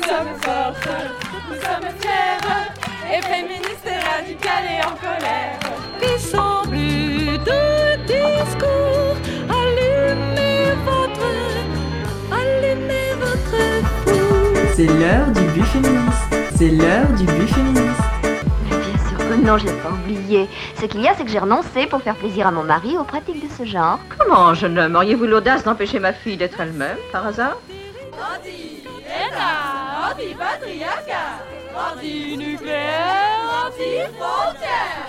sommes fortes, nous sommes fières, et féministes et radicales et en colère. Qui sans plus de discours, allumez votre four. C'est l'heure du but féministe. C'est l'heure du but féministe. Bien sûr que non, je n'ai pas oublié. Ce qu'il y a, c'est que j'ai renoncé pour faire plaisir à mon mari aux pratiques de ce genre. Comment, jeune homme, auriez-vous l'audace d'empêcher ma fille d'être elle-même, par hasard? Anti-ETA, anti-patriarcat, anti-nucléaire, anti-frontière.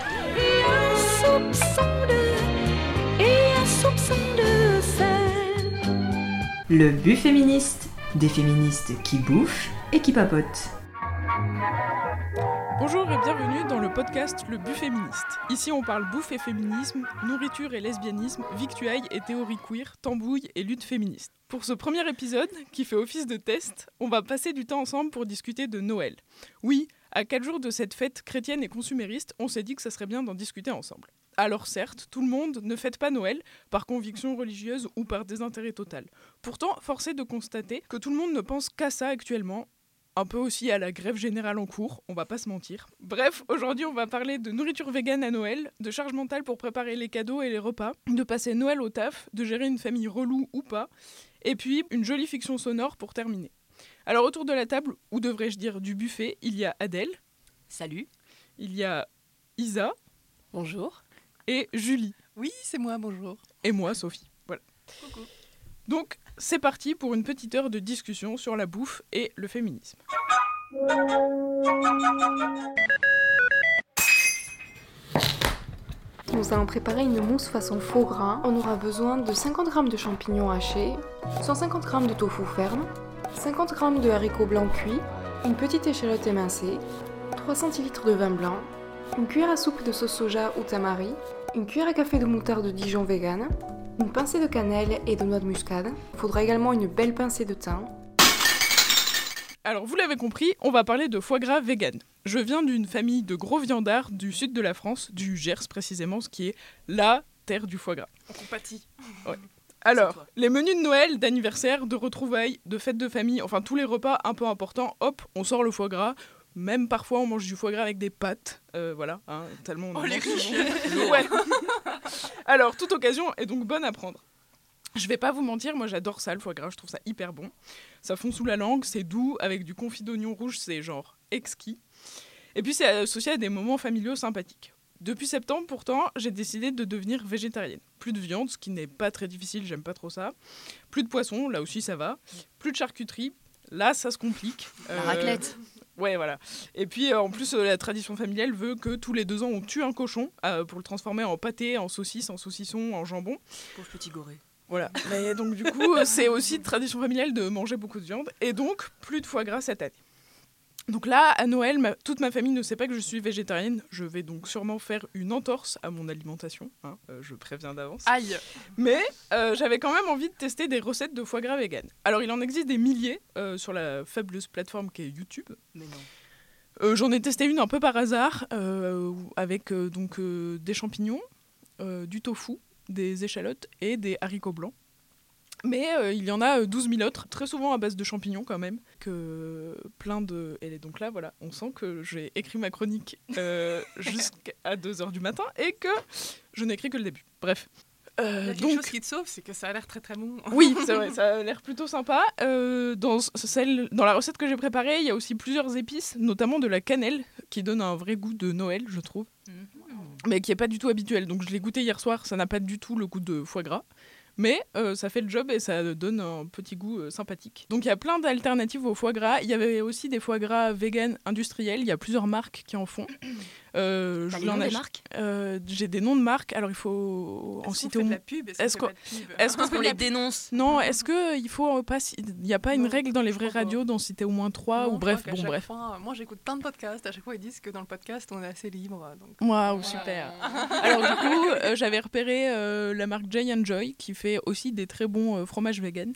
Et un soupçon de sel. Le but féministe. Des féministes qui bouffent et qui papotent. Bonjour et bienvenue dans le podcast Le But Féministe. Ici on parle bouffe et féminisme, nourriture et lesbianisme, victuailles et théorie queer, tambouille et lutte féministe. Pour ce premier épisode, qui fait office de test, on va passer du temps ensemble pour discuter de Noël. Oui, à 4 jours de cette fête chrétienne et consumériste, on s'est dit que ça serait bien d'en discuter ensemble. Alors certes, tout le monde ne fête pas Noël, par conviction religieuse ou par désintérêt total. Pourtant, force est de constater que tout le monde ne pense qu'à ça actuellement, un peu aussi à la grève générale en cours, on va pas se mentir. Bref, aujourd'hui on va parler de nourriture végane à Noël, de charge mentale pour préparer les cadeaux et les repas, de passer Noël au taf, de gérer une famille relou ou pas, et puis une jolie fiction sonore pour terminer. Alors autour de la table, ou devrais-je dire du buffet, il y a Adèle. Salut. Il y a Isa. Bonjour. Et Julie. Oui, c'est moi, bonjour. Et moi, Sophie. Voilà. Coucou. Donc, c'est parti pour une petite heure de discussion sur la bouffe et le féminisme. Nous allons préparer une mousse façon faux gras. On aura besoin de 50 g de champignons hachés, 150 g de tofu ferme, 50 g de haricots blancs cuits, une petite échalote émincée, 3 centilitres de vin blanc, une cuillère à soupe de sauce soja ou tamari, une cuillère à café de moutarde de Dijon vegan, une pincée de cannelle et de noix de muscade. Il faudra également une belle pincée de thym. Alors, vous l'avez compris, on va parler de foie gras vegan. Je viens d'une famille de gros viandards du sud de la France, du Gers précisément, ce qui est la terre du foie gras. On compatit. Ouais. Alors, les menus de Noël, d'anniversaire, de retrouvailles, de fêtes de famille, enfin tous les repas un peu importants, hop, on sort le foie gras. Même parfois, on mange du foie gras avec des pâtes. Voilà, hein, tellement on en mange souvent. Ouais. Alors, toute occasion est donc bonne à prendre. Je vais pas vous mentir, moi j'adore ça, le foie gras, je trouve ça hyper bon. Ça fond sous la langue, c'est doux, avec du confit d'oignon rouge, c'est genre exquis. Et puis c'est associé à des moments familiaux sympathiques. Depuis septembre, pourtant, j'ai décidé de devenir végétarienne. Plus de viande, ce qui n'est pas très difficile, j'aime pas trop ça. Plus de poisson, là aussi ça va. Plus de charcuterie, là ça se complique. La raclette. Ouais, voilà. Et puis, en plus, la tradition familiale veut que tous les 2 ans, on tue un cochon pour le transformer en pâté, en saucisse, en saucisson, en jambon. Pauvre petit goré. Voilà. Mais donc, du coup, c'est aussi tradition familiale de manger beaucoup de viande. Et donc, plus de foie gras cette année. Donc là, à Noël, toute ma famille ne sait pas que je suis végétarienne. Je vais donc sûrement faire une entorse à mon alimentation. Hein, je préviens d'avance. Aïe. Mais j'avais quand même envie de tester des recettes de foie gras vegan. Alors, il en existe des milliers sur la fabuleuse plateforme qui est YouTube. Mais non. J'en ai testé une un peu par hasard, avec des champignons, du tofu, des échalotes et des haricots blancs. Mais il y en a 12 000 autres, très souvent à base de champignons quand même, que plein de... Et donc là, voilà, on sent que j'ai écrit ma chronique jusqu'à 2h du matin et que je n'ai écrit que le début. Bref. Il y a quelque chose qui te sauve, c'est que ça a l'air très très bon. Oui, c'est vrai, ça a l'air plutôt sympa. Dans la recette que j'ai préparée, il y a aussi plusieurs épices, notamment de la cannelle, qui donne un vrai goût de Noël, je trouve, mais qui n'est pas du tout habituel. Donc je l'ai goûté hier soir, ça n'a pas du tout le goût de foie gras. Mais ça fait le job et ça donne un petit goût sympathique. Donc il y a plein d'alternatives au foie gras. Il y avait aussi des foie gras vegan industriels. Il y a plusieurs marques qui en font. T'as les noms des marques ? J'ai des noms de marques. Alors il faut en citer au moins. Est-ce qu'on les dénonce ? Non, est-ce qu'il faut pas... Il n'y a pas une règle dans les vraies radios d'en citer au moins 3 ou bref, bon bref. Fois, moi j'écoute plein de podcasts. À chaque fois ils disent que dans le podcast on est assez libre. Waouh, super. Alors du coup, j'avais repéré la marque Jay & Joy qui fait aussi des très bons fromages vegan.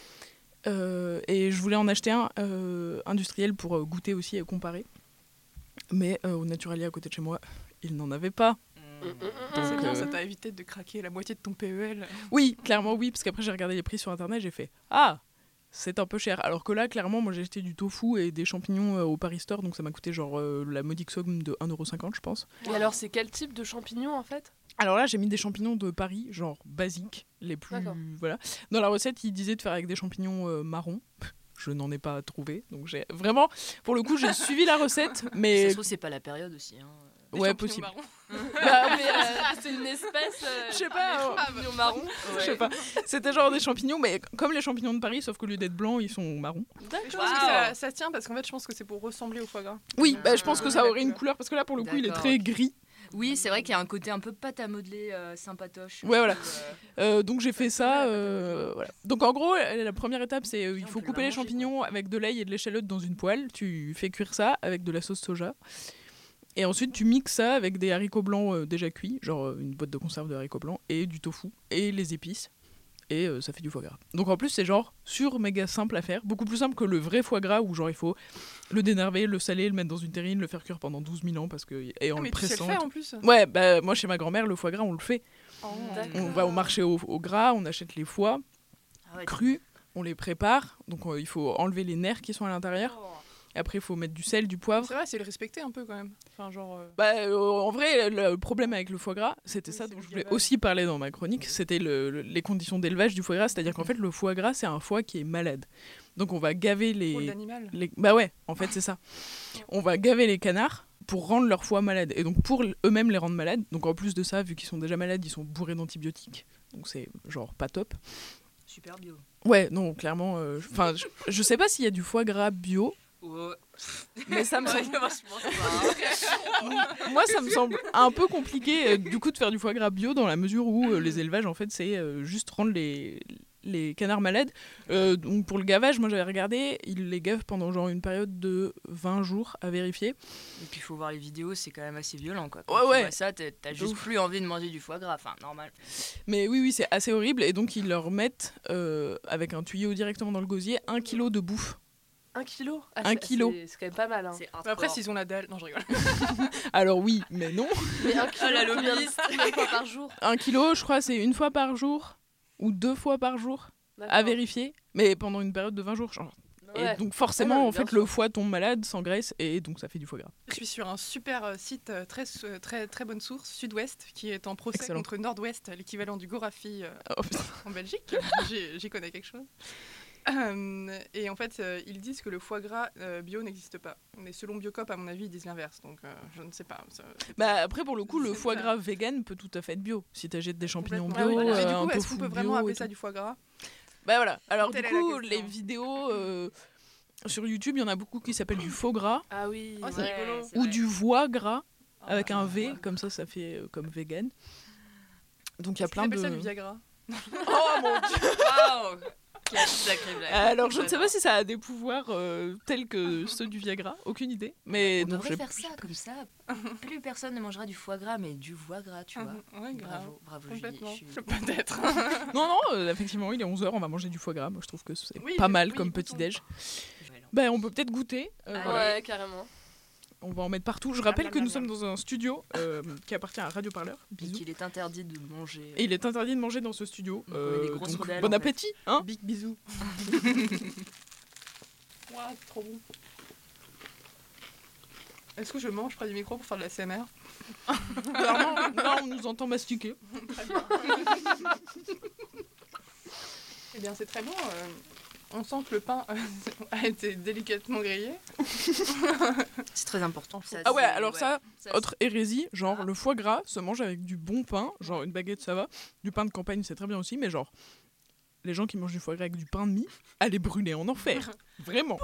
Et je voulais en acheter un industriel pour goûter aussi et comparer. Mais au Naturalia à côté de chez moi, il n'en avait pas. C'est bien, ça t'a évité de craquer la moitié de ton PEL. Oui, clairement oui, parce qu'après j'ai regardé les prix sur internet, j'ai fait « Ah, c'est un peu cher. Alors que là, clairement, moi j'ai acheté du tofu et des champignons au Paris Store, donc ça m'a coûté genre la modique somme de 1,50€, je pense. Et alors, c'est quel type de champignons en fait ? Alors là, j'ai mis des champignons de Paris, genre basiques, les plus... D'accord. Voilà. Dans la recette, il disait de faire avec des champignons marrons. Je n'en ai pas trouvé, donc j'ai vraiment... Pour le coup, j'ai suivi la recette, mais... Ça se trouve, c'est pas la période aussi. Hein. Ouais, possible. C'est une espèce. Je sais pas. Champignon marron. Je sais pas. C'était genre des champignons, mais comme les champignons de Paris, sauf qu'au lieu d'être blancs, ils sont marrons. D'accord. Je pense que ça tient parce qu'en fait, je pense que c'est pour ressembler au foie gras. Oui, je pense que ça aurait une couleur, parce que là, pour le coup, il est très gris. Oui, c'est vrai qu'il y a un côté un peu pâte à modeler sympatoche. Ouais, voilà. Donc j'ai fait ça. Voilà. Donc en gros, la première étape, c'est il faut couper les champignons avec de l'ail et de l'échalote dans une poêle. Tu fais cuire ça avec de la sauce soja. Et ensuite, tu mixes ça avec des haricots blancs déjà cuits, genre une boîte de conserve de haricots blancs, et du tofu, et les épices. Et ça fait du foie gras. Donc en plus, c'est genre méga simple à faire. Beaucoup plus simple que le vrai foie gras où genre il faut le dénerver, le saler, le mettre dans une terrine, le faire cuire pendant 12 000 ans parce que, et en le pressant. Mais tu sais le faire en plus. Ouais, moi chez ma grand-mère, le foie gras, on le fait. On va au marché au gras, on achète les foies crus, on les prépare. Donc il faut enlever les nerfs qui sont à l'intérieur. Après, il faut mettre du sel, du poivre. C'est vrai, c'est le respecter un peu quand même. Enfin, genre. En vrai, le problème avec le foie gras, c'était ça dont je voulais aussi parler dans ma chronique, c'était les conditions d'élevage du foie gras. C'est-à-dire qu'en fait, le foie gras, c'est un foie qui est malade. Donc on va gaver les... Bah ouais, en fait, c'est ça. On va gaver les canards pour rendre leur foie malade. Et donc pour eux-mêmes les rendre malades. Donc en plus de ça, vu qu'ils sont déjà malades, ils sont bourrés d'antibiotiques. Donc c'est genre pas top. Super bio. Ouais, non, clairement. Je sais pas s'il y a du foie gras bio. Ouais. Mais ça me semble... Moi, ça me semble un peu compliqué du coup de faire du foie gras bio dans la mesure où les élevages, en fait, c'est juste rendre les canards malades. Donc pour le gavage, moi j'avais regardé, ils les gavent pendant genre une période de 20 jours à vérifier. Et puis il faut voir les vidéos, c'est quand même assez violent quoi. Quand tu vois ça, t'as juste plus envie de manger du foie gras, enfin normal. Mais oui, c'est assez horrible et donc ils leur mettent avec un tuyau directement dans le gosier 1 kilo de bouffe. 1 kilo 1 kilo. C'est quand même pas mal. Hein. Après, s'ils ont la dalle. Non, je rigole. Alors oui, mais non. Mais 1 kilo, combien de fois par jour ? 1 kilo, je crois, c'est une fois par jour ou 2 fois par jour à vérifier. Mais pendant une période de 20 jours. Genre. Ouais. Et donc forcément, en fait, le foie tombe malade, s'engraisse et donc ça fait du foie gras. Je suis sur un super site, très bonne source, Sud-Ouest, qui est en procès contre Nord-Ouest, l'équivalent du Gorafi en Belgique. J'y connais quelque chose. Et en fait, ils disent que le foie gras bio n'existe pas. Mais selon Biocop, à mon avis, ils disent l'inverse. Donc, je ne sais pas. Après, pour le coup, le foie gras vegan peut tout à fait être bio. Si tu achètes des champignons bio, mais du coup, un est-ce qu'on tofu peut vraiment bio appeler ça du foie gras ? Bah voilà. Alors du coup, les vidéos sur YouTube, il y en a beaucoup qui s'appellent du faux gras. Ah oui. C'est rigolo. Ou du voix gras avec un V, comme ça fait comme vegan. Donc il y a plein de. Ça du Viagra. Oh mon dieu. Waouh. Alors je ne sais pas si ça a des pouvoirs tels que ceux du Viagra, aucune idée. Mais on devrait faire ça comme ça. Plus personne ne mangera du foie gras, mais du voix gras, tu vois. Ouais, bravo, complètement. Julie. Peut-être. Non, effectivement, il est 11h, on va manger du foie gras. Moi je trouve que c'est pas mal comme petit-déj. On peut peut-être goûter. Ouais, carrément. On va en mettre partout. Je rappelle que nous sommes dans un studio qui appartient à Radio Parleur. Bisous. Et qu'il est interdit de manger. Et il est interdit de manger dans ce studio. Des grosses rondelles, bon appétit, hein. Big bisous. Wow, trop bon. Est-ce que je mange près du micro pour faire de la SMR ? Alors non, on nous entend mastiquer. Très bien. Eh bien, c'est très bon. On sent que le pain a été délicatement grillé. C'est très important. Ça, autre hérésie, genre le foie gras se mange avec du bon pain, genre une baguette ça va, du pain de campagne c'est très bien aussi, mais genre les gens qui mangent du foie gras avec du pain de mie, allez brûler en enfer, vraiment.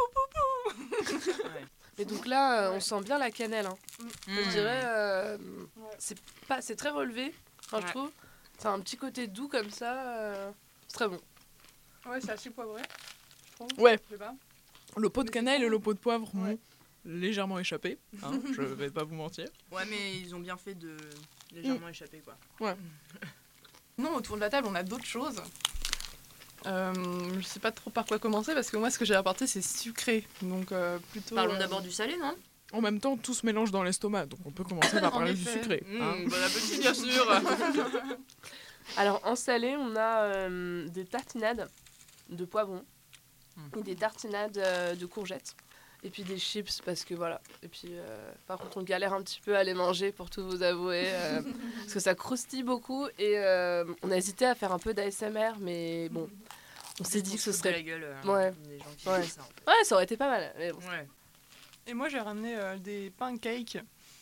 Et donc là, on sent bien la cannelle. Hein. Je dirais, c'est très relevé, je trouve. C'est un petit côté doux comme ça, c'est très bon. Ouais, c'est assez poivré. Ouais. Le pot de cannelle et le pot de poivre m'ont légèrement échappé. Hein, je vais pas vous mentir. Ouais, mais ils ont bien fait de légèrement échapper, quoi. Ouais. Non, autour de la table, on a d'autres choses. Je sais pas trop par quoi commencer parce que moi, ce que j'ai apporté, c'est sucré. Donc, plutôt. Parlons d'abord du salé, non ? En même temps, tout se mélange dans l'estomac, donc on peut commencer par parler du sucré. Bon appétit, bien sûr. Alors, en salé, on a des tartinades de poivrons. et des tartinades de courgettes. Et puis des chips parce que voilà. Et puis par contre on galère un petit peu à les manger pour tout vous avouer parce que ça croustille beaucoup et on a hésité à faire un peu d'ASMR mais bon on s'est dit que ce serait la gueule ouais. des gens qui Ouais. font ça, en fait. Ouais, ça aurait été pas mal mais bon. Ouais. Et moi, j'ai ramené des pancakes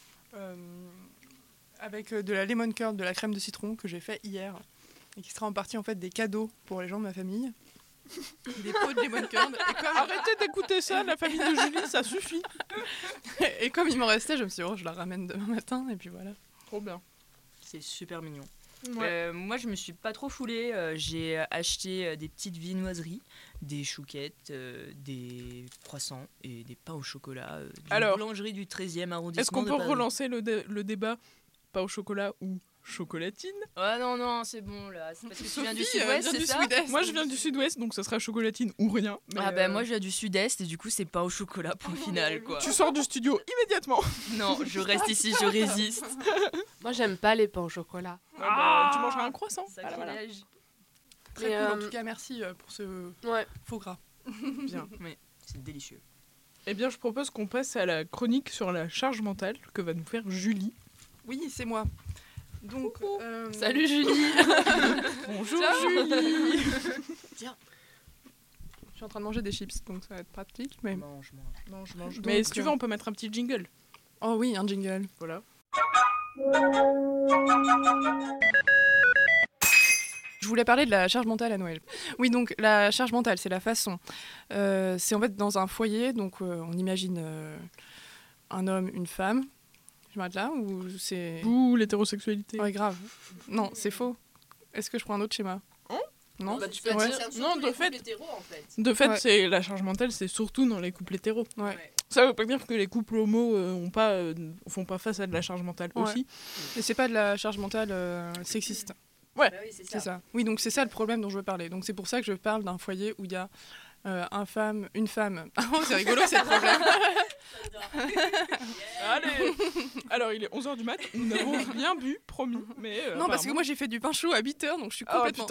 avec de la lemon curd, de la crème de citron que j'ai fait hier et qui sera en partie en fait des cadeaux pour les gens de ma famille. Des pots de lemon curd. Et comme... Arrêtez d'écouter ça, la famille de Julie, ça suffit. et comme il m'en restait, je me suis dit, je la ramène demain matin et puis voilà. Trop bien. C'est super mignon. Ouais. Moi, je me suis pas trop foulée. J'ai acheté des petites viennoiseries, des chouquettes, des croissants et des pains au chocolat d'une Alors, boulangerie du 13e arrondissement. Est-ce qu'on de peut Paris. relancer le débat pain au chocolat ou chocolatine? Ah non, c'est bon là. C'est parce que tu viens du Sophie, sud-ouest, vient c'est du ça sud-est. Moi je viens du sud-ouest donc ça sera chocolatine ou rien. Mais Ah bah moi je viens du sud-est et du coup c'est pas au chocolat point final quoi. tu sors du studio immédiatement. Non, je reste ici, je résiste. Moi j'aime pas les pains au chocolat. Tu mangeras un croissant. Sacrilège. Très Mais, cool, en tout cas, merci pour ce Ouais. faux gras. Bien. Mais c'est délicieux. Eh bien je propose qu'on passe à la chronique sur la charge mentale que va nous faire Julie. Oui, c'est moi. Donc, Salut Julie. Bonjour Julie. Tiens. Je suis en train de manger des chips, donc ça va être pratique. Mais... Mange. mange. Donc, Mais si tu veux on peut mettre un petit jingle. Oh oui, un jingle. Voilà. Je voulais parler de la charge mentale à Noël. Oui, donc la charge mentale, c'est la façon. C'est en fait dans un foyer, donc on imagine un homme, une femme. Je m'arrête là ou c'est... Ouh, l'hétérosexualité. Ouais, grave. Non, c'est faux. Est-ce que je prends un autre schéma? Non. Bah, tu peux Ouais. dire Non, de fait, en fait. de fait Ouais. c'est la charge mentale, c'est surtout dans les couples hétéros. Ouais. Ça veut pas dire que les couples homo font pas face à de la charge mentale Ouais. aussi. Et c'est pas de la charge mentale sexiste. Bah oui, C'est ça. Oui, donc c'est ça le problème dont je veux parler. Donc c'est pour ça que je parle d'un foyer où il y a une femme. Oh, c'est rigolo, c'est le problème. Allez. Alors il est 11h du mat, nous n'avons rien bu, promis. Mais Non, parce que moi j'ai fait du pain chaud à 8h, donc je suis complètement...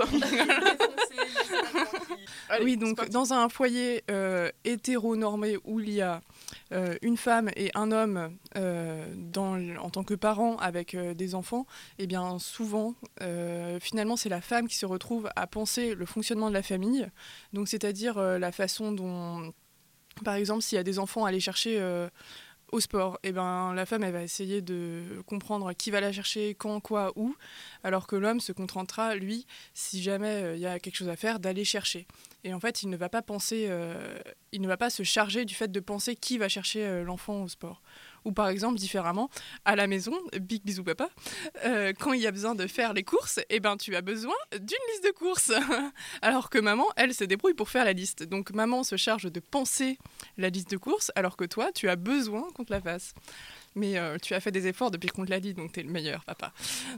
Allez, Oui, c'est donc parti. dans un foyer hétéronormé où il y a une femme et un homme en tant que parents avec des enfants, eh bien souvent, finalement, c'est la femme qui se retrouve à penser le fonctionnement de la famille. Donc c'est-à-dire la façon dont, par exemple, s'il y a des enfants à aller chercher au sport, eh ben, la femme elle va essayer de comprendre qui va la chercher, quand, quoi, où, alors que l'homme se contentera, lui, si jamais il y a quelque chose à faire, d'aller chercher. Et en fait, il ne va pas penser, il ne va pas se charger du fait de penser qui va chercher l'enfant au sport. Ou par exemple, différemment, à la maison, big bisous papa, quand il y a besoin de faire les courses, eh ben, tu as besoin d'une liste de courses. Alors que maman, elle, se débrouille pour faire la liste. Donc maman se charge de penser la liste de courses, alors que toi, tu as besoin qu'on te la fasse. Mais tu as fait des efforts depuis qu'on te l'a dit, donc t'es le meilleur, papa.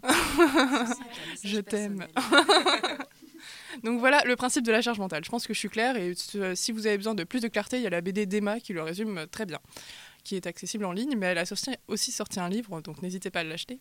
Je t'aime. Donc voilà le principe de la charge mentale. Je pense que je suis claire et si vous avez besoin de plus de clarté, il y a la BD d'Emma qui le résume très bien, qui est accessible en ligne, mais elle a aussi sorti un livre, donc n'hésitez pas à l'acheter.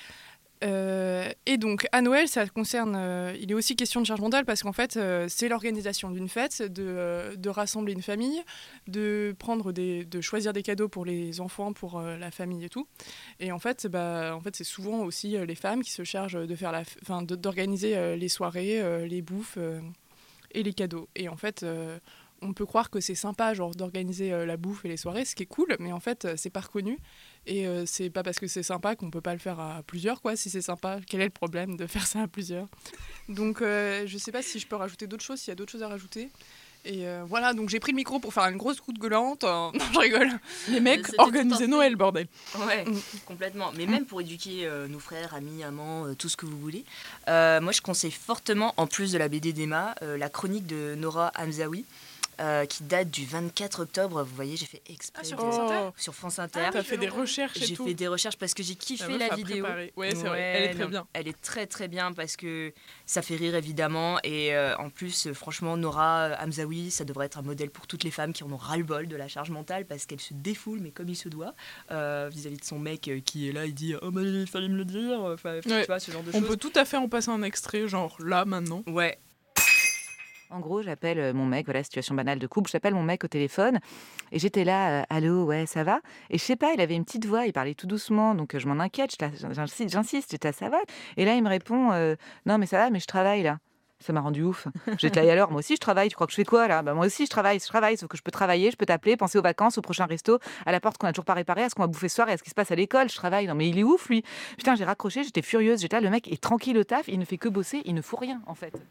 Et donc à Noël, ça concerne, il est aussi question de charge mentale parce qu'en fait, c'est l'organisation d'une fête, de rassembler une famille, de choisir des cadeaux pour les enfants, pour la famille et tout. Et en fait, c'est souvent aussi les femmes qui se chargent de faire d'organiser les soirées, les bouffes et les cadeaux. Et en fait, on peut croire que c'est sympa, genre d'organiser la bouffe et les soirées, ce qui est cool, mais en fait, c'est pas reconnu. Et c'est pas parce que c'est sympa qu'on peut pas le faire à plusieurs, quoi. Si c'est sympa, quel est le problème de faire ça à plusieurs? Donc, je sais pas si je peux rajouter d'autres choses, s'il y a d'autres choses à rajouter. Et voilà, donc j'ai pris le micro pour faire une grosse coup de gueulante. Non, je rigole. Les mecs, C'était organisez tout Noël, bordel. Ouais, complètement. Mais même pour éduquer nos frères, amis, amants, tout ce que vous voulez. Moi, je conseille fortement, en plus de la BD d'Emma, la chronique de Nora Hamzaoui, qui date du 24 octobre. Vous voyez, j'ai fait exprès sur de- France Inter sur France Inter. T'as fait des recherches et J'ai tout. fait des recherches parce que j'ai kiffé meuf la a vidéo. préparé. Ouais, c'est vrai. Elle est très non, bien. Elle est très très bien parce que ça fait rire évidemment et en plus franchement Nora Hamzaoui ça devrait être un modèle pour toutes les femmes qui en ont ras-le-bol de la charge mentale parce qu'elle se défoule mais comme il se doit vis-à-vis de son mec qui est là il dit oh mais il fallait me le dire enfin Ouais. tu vois ce genre de On choses. peut tout à fait en passer un extrait, genre là, maintenant. Ouais. En gros, j'appelle mon mec, voilà, situation banale de couple, j'appelle mon mec au téléphone et j'étais là, allô, ouais, ça va? Et je sais pas, il avait une petite voix, il parlait tout doucement, donc je m'en inquiète, j'insiste, j'étais là, ça va? Et là, il me répond, non, mais ça va, mais je travaille là. Ça m'a rendu ouf. J'étais là, et alors, moi aussi je travaille, tu crois que je fais quoi là? Bah, moi aussi je travaille, sauf que je peux travailler, je peux t'appeler, penser aux vacances, au prochain resto, à la porte qu'on a toujours pas réparée, à ce qu'on va bouffer ce soir et à ce qui se passe à l'école, je travaille. Non mais il est ouf lui. Putain, j'ai raccroché, j'étais furieuse, j'étais là, le mec est tranquille au taf, il ne fait que bosser, il ne fout rien en fait.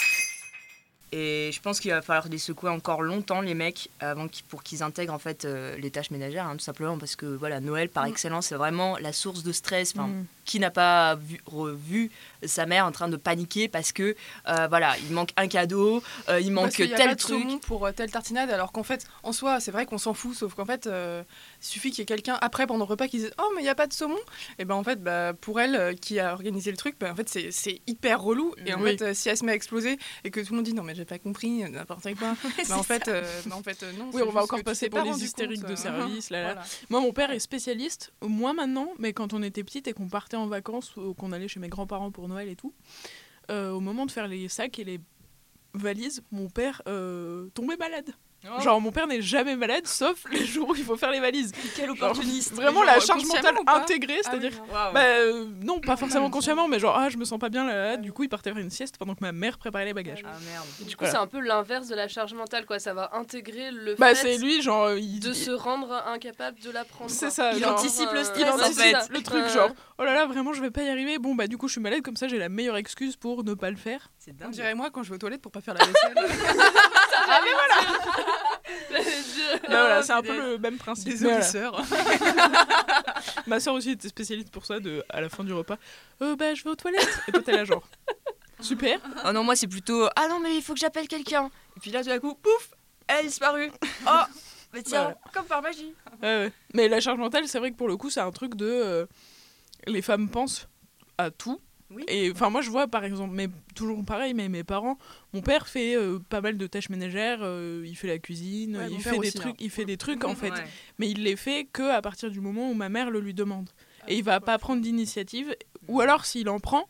Et je pense qu'il va falloir les secouer encore longtemps, les mecs, pour qu'ils intègrent en fait les tâches ménagères, hein, tout simplement parce que voilà, Noël par excellence, c'est vraiment la source de stress. Qui n'a pas revu sa mère en train de paniquer parce que voilà, il manque un cadeau, il manque tel truc. Parce qu'il y a pas de saumon pour telle tartinade, alors qu'en fait, en soi, c'est vrai qu'on s'en fout, sauf qu'en fait, il suffit qu'il y ait quelqu'un après pendant le repas qui dise « Oh, mais il n'y a pas de saumon !» Et ben en fait, pour elle qui a organisé le truc, en fait, c'est hyper relou. Et en fait, si elle se met à exploser et que tout le monde dit « Non, mais j'ai pas compris, n'importe quoi », en fait, non. Oui, on va encore passer pour les hystériques de service. Voilà. Moi, mon père est spécialiste, moins maintenant, mais quand on était petite et qu'on partait en vacances ou qu'on allait chez mes grands-parents pour Noël et tout, au moment de faire les sacs et les valises, mon père tombait malade. Oh. Genre mon père n'est jamais malade sauf les jours où il faut faire les valises. Quel opportuniste. Vraiment la charge mentale intégrée, c'est-à-dire non pas forcément consciemment mais genre je me sens pas bien là, du coup il partait faire une sieste pendant que ma mère préparait les bagages. Ah merde. Et du coup c'est un peu l'inverse de la charge mentale quoi, ça va intégrer le fait c'est lui genre de se rendre incapable de l'apprendre. C'est ça, il anticipe le stress en fait. Le truc genre oh là là vraiment je vais pas y arriver. Bon du coup je suis malade comme ça j'ai la meilleure excuse pour ne pas le faire. C'est dingue. On dirait moi quand je vais aux toilettes pour pas faire la vaisselle. Ah mais voilà. Voilà, c'est un peu le même principe. Désolée sœur. Ma sœur aussi était spécialiste pour ça, à la fin du repas. Je vais aux toilettes. Et toi t'es là genre. Super. Oh non moi c'est plutôt non mais il faut que j'appelle quelqu'un. Et puis là tout d'un coup pouf, elle a disparu. Oh mais tiens voilà. Comme par magie. Ouais. Mais la charge mentale c'est vrai que pour le coup c'est un truc de les femmes pensent à tout. Oui. Et enfin moi je vois par exemple mais toujours pareil mais mes parents, mon père fait pas mal de tâches ménagères, il fait la cuisine, il fait des trucs en fait, mais il les fait que à partir du moment où ma mère le lui demande et il va pas prendre d'initiative ou alors s'il en prend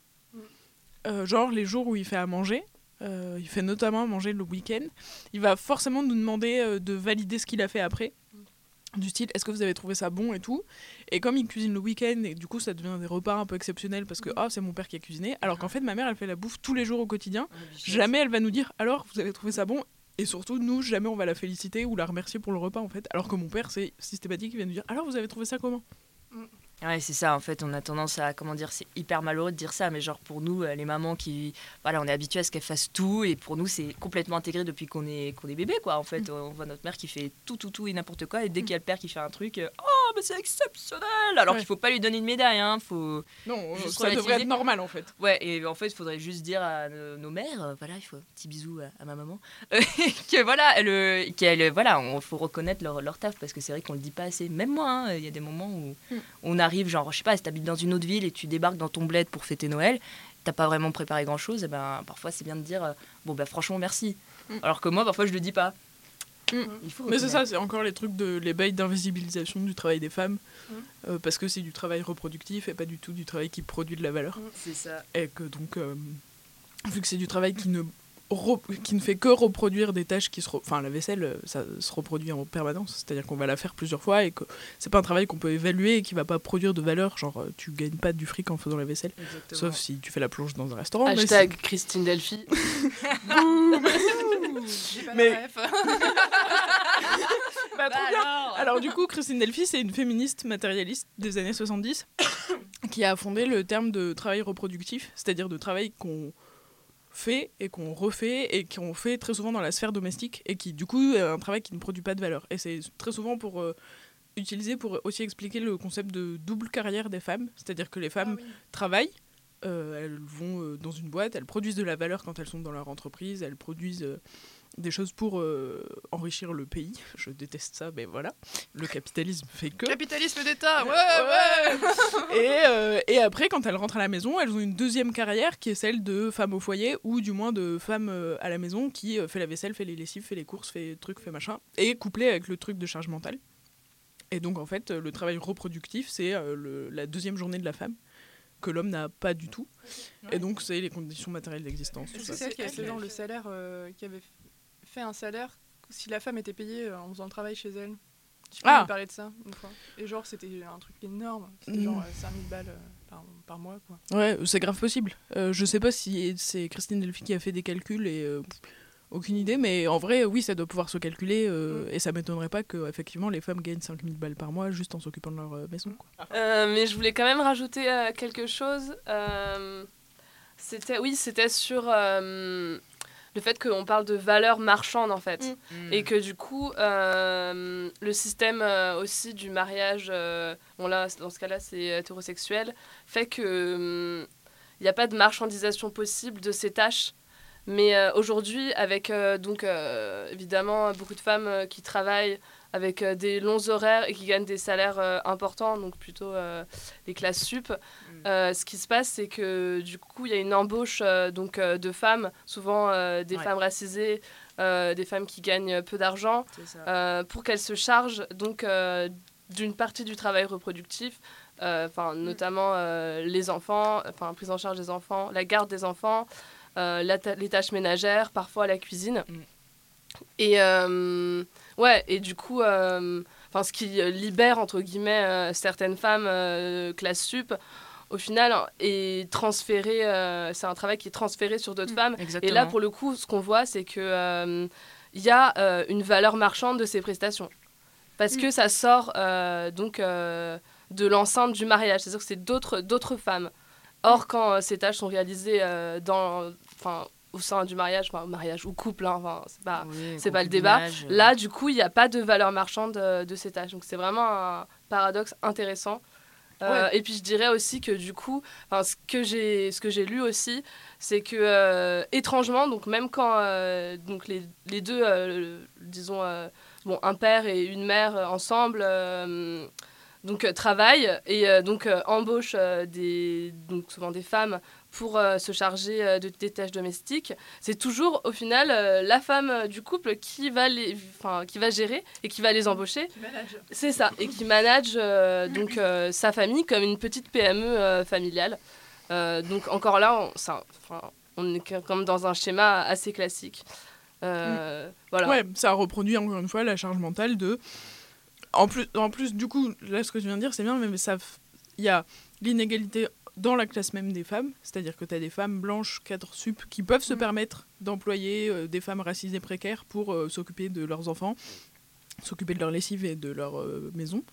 genre les jours où il fait à manger, il fait notamment à manger le week-end, il va forcément nous demander de valider ce qu'il a fait après. Du style, est-ce que vous avez trouvé ça bon et tout. Et comme il cuisine le week-end, et du coup ça devient des repas un peu exceptionnels parce que c'est mon père qui a cuisiné, alors qu'en fait ma mère elle fait la bouffe tous les jours au quotidien, jamais elle va nous dire alors vous avez trouvé ça bon, et surtout nous jamais on va la féliciter ou la remercier pour le repas en fait, alors que mon père c'est systématique, il vient nous dire alors vous avez trouvé ça comment. Ouais, c'est ça, en fait, on a tendance à, c'est hyper malheureux de dire ça, mais genre pour nous, les mamans qui, voilà, on est habitués à ce qu'elles fassent tout, et pour nous, c'est complètement intégré depuis qu'on est bébé, quoi, en fait. On voit notre mère qui fait tout et n'importe quoi, et dès qu'il y a le père qui fait un truc, mais c'est exceptionnel, alors qu'il faut pas lui donner une médaille, hein, faut... Non, ça devrait être normal, en fait. Ouais, et en fait, il faudrait juste dire à nos mères, voilà, il faut un petit bisou à ma maman, que voilà, voilà, faut reconnaître leur taf, parce que c'est vrai qu'on le dit pas assez, même moi, il y a des moments où on arrive, genre, je sais pas, si t'habites dans une autre ville et tu débarques dans ton bled pour fêter Noël, t'as pas vraiment préparé grand chose, et parfois c'est bien de dire franchement merci. Alors que moi parfois je le dis pas. Mais c'est ça, c'est encore les trucs les bails d'invisibilisation du travail des femmes, parce que c'est du travail reproductif et pas du tout du travail qui produit de la valeur. C'est ça. Et que donc, vu que c'est du travail qui ne fait que reproduire des tâches la vaisselle ça se reproduit en permanence, c'est-à-dire qu'on va la faire plusieurs fois et que c'est pas un travail qu'on peut évaluer et qui va pas produire de valeur, genre tu gagnes pas du fric en faisant la vaisselle. Exactement. Sauf si tu fais la plonge dans un restaurant. Hashtag Christine Delphi. J'ai pas la ref. Trop bien. Alors du coup Christine Delphi c'est une féministe matérialiste des années 70 qui a fondé le terme de travail reproductif, c'est-à-dire de travail qu'on fait et qu'on refait et qu'on fait très souvent dans la sphère domestique et qui du coup est un travail qui ne produit pas de valeur, et c'est très souvent pour utilisé pour aussi expliquer le concept de double carrière des femmes, c'est-à-dire que les femmes travaillent, elles vont dans une boîte, elles produisent de la valeur quand elles sont dans leur entreprise, elles produisent des choses pour enrichir le pays. Je déteste ça, mais voilà, le capitalisme fait que... Capitalisme d'État, ouais. Et après, quand elles rentrent à la maison, elles ont une deuxième carrière qui est celle de femme au foyer, ou du moins de femme à la maison qui fait la vaisselle, fait les lessives, fait les courses, fait trucs, fait machin, et couplé avec le truc de charge mentale. Et donc, en fait, le travail reproductif, c'est la deuxième journée de la femme, que l'homme n'a pas du tout. Et donc, c'est les conditions matérielles d'existence. C'est celle qui a fait le salaire, qui avait fait un salaire si la femme était payée en faisant le travail chez elle. Je sais pas, parlait de ça une fois. Et genre, c'était un truc énorme. C'était genre 5000 balles par mois, quoi. Ouais, c'est grave possible. Je sais pas si c'est Christine Delphi qui a fait des calculs et aucune idée, mais en vrai, oui, ça doit pouvoir se calculer et ça m'étonnerait pas que effectivement les femmes gagnent 5000 balles par mois juste en s'occupant de leur maison, quoi. Mais je voulais quand même rajouter quelque chose. C'était sur le fait qu'on parle de valeur marchande en fait, et que du coup le système aussi du mariage, bon là dans ce cas-là c'est hétérosexuel, fait que il n'y a pas de marchandisation possible de ces tâches. Mais aujourd'hui, avec donc évidemment beaucoup de femmes qui travaillent avec des longs horaires et qui gagnent des salaires importants, donc plutôt les classes sup, ce qui se passe, c'est que du coup, il y a une embauche de femmes, souvent des femmes racisées, des femmes qui gagnent peu d'argent, pour qu'elles se chargent donc d'une partie du travail reproductif, notamment les enfants, prise en charge des enfants, la garde des enfants, les tâches ménagères, parfois la cuisine. Et et du coup, ce qui libère entre guillemets certaines femmes classe sup, au final, est transféré. C'est un travail qui est transféré sur d'autres femmes. Exactement. Et là, pour le coup, ce qu'on voit, c'est que il y a une valeur marchande de ces prestations, parce que ça sort de l'enceinte du mariage. C'est-à-dire que c'est d'autres femmes. Or, quand ces tâches sont réalisées au sein du mariage ou couple, c'est pas le débat. Là, du coup, il n'y a pas de valeur marchande de ces tâches. Donc, c'est vraiment un paradoxe intéressant. Et puis, je dirais aussi que du coup, ce que j'ai lu aussi, c'est que, étrangement, donc même quand donc les deux, disons, un père et une mère ensemble... travaillent et embauchent souvent des femmes pour se charger des tâches domestiques. C'est toujours au final la femme du couple qui va gérer et qui va les embaucher. Qui manage. C'est ça, et qui manage sa famille comme une petite PME familiale. Donc encore là, on est comme dans un schéma assez classique. Voilà. Ouais, ça reproduit encore une fois la charge mentale de... En plus, du coup, là, ce que je viens de dire, c'est bien, mais il y a l'inégalité dans la classe même des femmes, c'est-à-dire que tu as des femmes blanches, cadres sup, qui peuvent se permettre d'employer des femmes racisées précaires pour s'occuper de leurs enfants, s'occuper de leur lessive et de leur maison.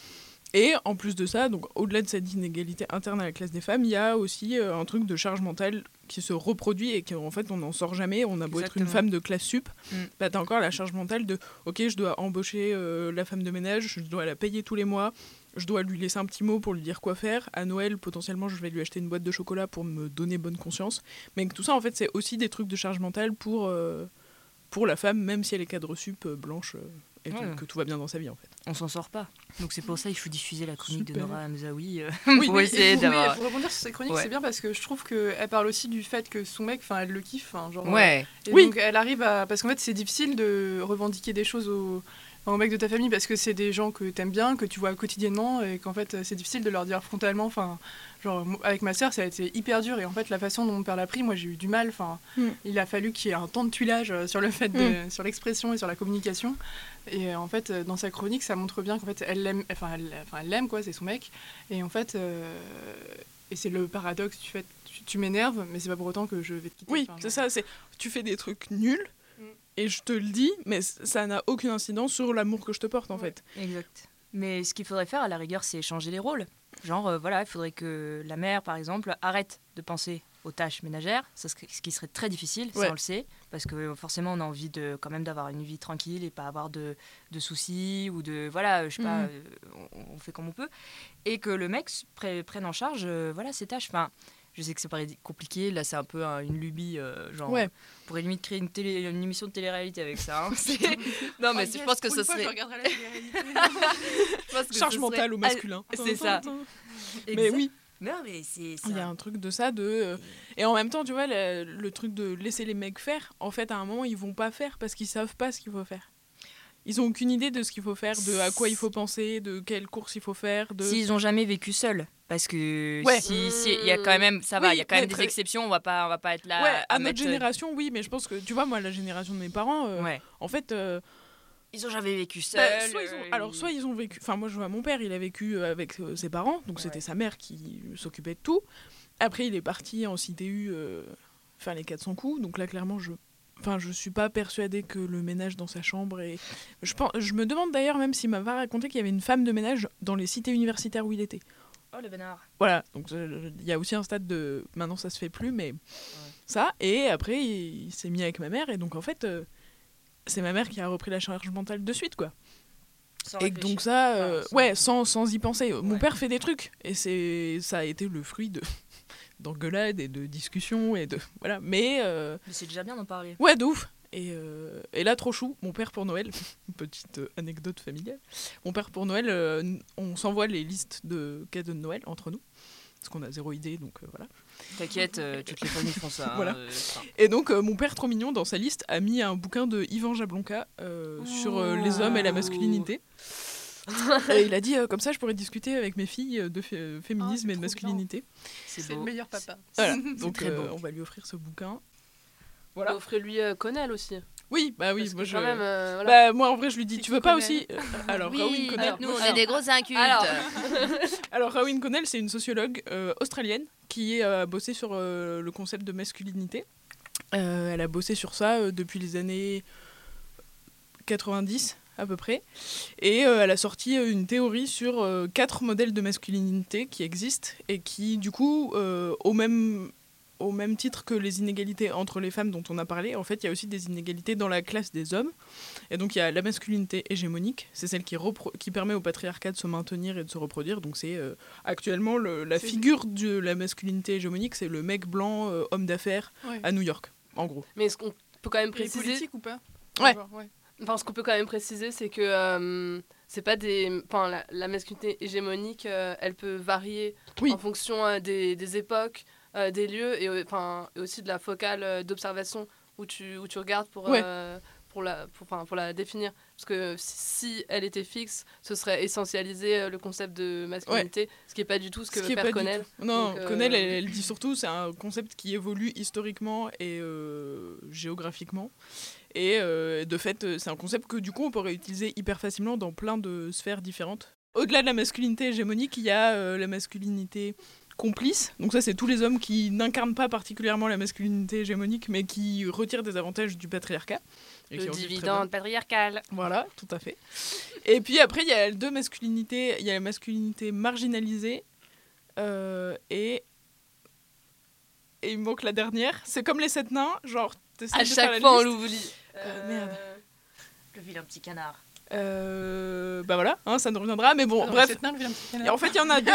Et en plus de ça, donc au-delà de cette inégalité interne à la classe des femmes, il y a aussi un truc de charge mentale qui se reproduit et qu'en fait on n'en sort jamais. On a beau être une femme de classe sup, bah t'as encore la charge mentale de ok, je dois embaucher la femme de ménage, je dois la payer tous les mois, je dois lui laisser un petit mot pour lui dire quoi faire. À Noël, potentiellement, je vais lui acheter une boîte de chocolat pour me donner bonne conscience. Mais tout ça, en fait, c'est aussi des trucs de charge mentale pour la femme, même si elle est cadre sup, blanche, et que tout va bien dans sa vie, en fait. On s'en sort pas. Donc c'est pour ça qu'il faut diffuser la chronique de Nora Hamzaoui pour essayer d'avoir... pour rebondir sur cette chronique, c'est bien parce que je trouve qu'elle parle aussi du fait que son mec, elle le kiffe. Donc elle arrive à... Parce qu'en fait, c'est difficile de revendiquer des choses au mec de ta famille parce que c'est des gens que t'aimes bien, que tu vois quotidiennement et qu'en fait c'est difficile de leur dire frontalement. Avec ma sœur ça a été hyper dur et en fait la façon dont mon père l'a pris, moi j'ai eu du mal. Il a fallu qu'il y ait un temps de tuilage sur le fait sur l'expression et sur la communication. Et en fait dans sa chronique ça montre bien qu'en fait elle l'aime quoi, c'est son mec. Et en fait et c'est le paradoxe du fait tu m'énerves mais c'est pas pour autant que je vais te quitter. Oui, c'est ça, tu fais des trucs nuls. Et je te le dis, mais ça n'a aucune incidence sur l'amour que je te porte, en fait. Exact. Mais ce qu'il faudrait faire, à la rigueur, c'est changer les rôles. Genre, il faudrait que la mère, par exemple, arrête de penser aux tâches ménagères, ce qui serait très difficile, ça on le sait, parce que forcément, on a envie quand même d'avoir une vie tranquille et pas avoir de soucis ou de... Voilà, je sais pas, on fait comme on peut. Et que le mec prenne en charge ces tâches. Enfin, je sais que ça paraît compliqué, là c'est un peu une lubie, on pourrait limite créer une émission de télé-réalité avec ça. Hein. Non mais je pense que ce serait... Je regarderai la télé-réalité. Charge mentale au masculin. C'est ça. Mais oui. Non mais c'est ça. Il y a un truc de ça, et en même temps, tu vois, le truc de laisser les mecs faire, en fait à un moment ils vont pas faire parce qu'ils savent pas ce qu'il faut faire. Ils ont aucune idée de ce qu'il faut faire, de à quoi il faut penser, de quelles courses il faut faire. S'ils ont jamais vécu seuls. Parce que Ouais. si il y a quand même, ça va, Oui, il y a quand même mais des exceptions, on va pas être là Ouais, à à notre mettre... génération, oui, mais je pense que, tu vois, moi, la génération de mes parents, Ouais. en fait... Ils ont jamais vécu seuls. soit ils ont vécu... Enfin, moi, je vois mon père, il a vécu avec ses parents, donc c'était sa mère qui s'occupait de tout. Après, il est parti en CTU faire les 400 coups, donc là, clairement, je suis pas persuadée que le ménage dans sa chambre est... Je me demande d'ailleurs même s'il m'a pas raconté qu'il y avait une femme de ménage dans les cités universitaires où il était. Oh, le vénard. Voilà, donc il y a aussi un stade de... Maintenant, ça se fait plus, mais ça. Et après, il s'est mis avec ma mère, et donc, en fait, c'est ma mère qui a repris la charge mentale de suite, quoi. Sans Et réfléchir. donc ça, Enfin, sans y penser. Mon père fait des trucs, et ça a été le fruit d'engueulades et de discussions, et de... Voilà, mais c'est déjà bien d'en parler. ouais, de ouf. Et là, trop chou, mon père pour Noël, une petite anecdote familiale, mon père pour Noël, on s'envoie les listes de cadeaux de Noël entre nous, parce qu'on a 0 idée, donc voilà. T'inquiète, toutes les familles font ça. Voilà. Et donc, mon père trop mignon, dans sa liste, a mis un bouquin de Yvan Jablonka sur les hommes et la masculinité. Et il a dit, comme ça, je pourrais discuter avec mes filles de féminisme et de masculinité. C'est le meilleur papa. Voilà, donc on va lui offrir ce bouquin. Voilà. Offrez-lui Connell aussi. Oui, bah oui, Parce moi que je. quand même, voilà. Bah moi en vrai je lui dis, C'est tu qui veux pas Connell aussi Alors Oui, Rowan Connell. nous on est des gros incultes. Alors Rowan Connell, c'est une sociologue australienne qui a bossé sur le concept de masculinité. Elle a bossé sur ça depuis les années 90 à peu près, et elle a sorti une théorie sur 4 modèles de masculinité qui existent et qui du coup au même titre que les inégalités entre les femmes dont on a parlé, en fait, il y a aussi des inégalités dans la classe des hommes. Et donc, il y a la masculinité hégémonique, c'est celle qui permet au patriarcat de se maintenir et de se reproduire. Donc, c'est actuellement la figure de la masculinité hégémonique, c'est le mec blanc, homme d'affaires, à New York, en gros. Mais est-ce qu'on peut quand même Et préciser... politique ou pas? Ouais. Enfin, ce qu'on peut quand même préciser, c'est que c'est pas des... Enfin, la masculinité hégémonique, elle peut varier en fonction des époques, des lieux et aussi de la focale d'observation où tu regardes pour la définir. Parce que si elle était fixe, ce serait essentialiser le concept de masculinité, ce qui n'est pas du tout ce que veut faire Connell. Non, donc, Connell, elle dit surtout c'est un concept qui évolue historiquement et géographiquement. Et de fait, c'est un concept que du coup on pourrait utiliser hyper facilement dans plein de sphères différentes. Au-delà de la masculinité hégémonique, il y a la masculinité complice. Donc ça, c'est tous les hommes qui n'incarnent pas particulièrement la masculinité hégémonique, mais qui retirent des avantages du patriarcat. Et le dividende patriarcal. Voilà, tout à fait. Et puis après, il y a 2 masculinités. Il y a la masculinité marginalisée et il me manque la dernière. C'est comme les 7 nains, genre... À chaque fois, on l'oublie. Merde. Le vilain petit canard. Bah voilà, ça nous reviendra, mais bon, bref. Et en fait, il y en a 2.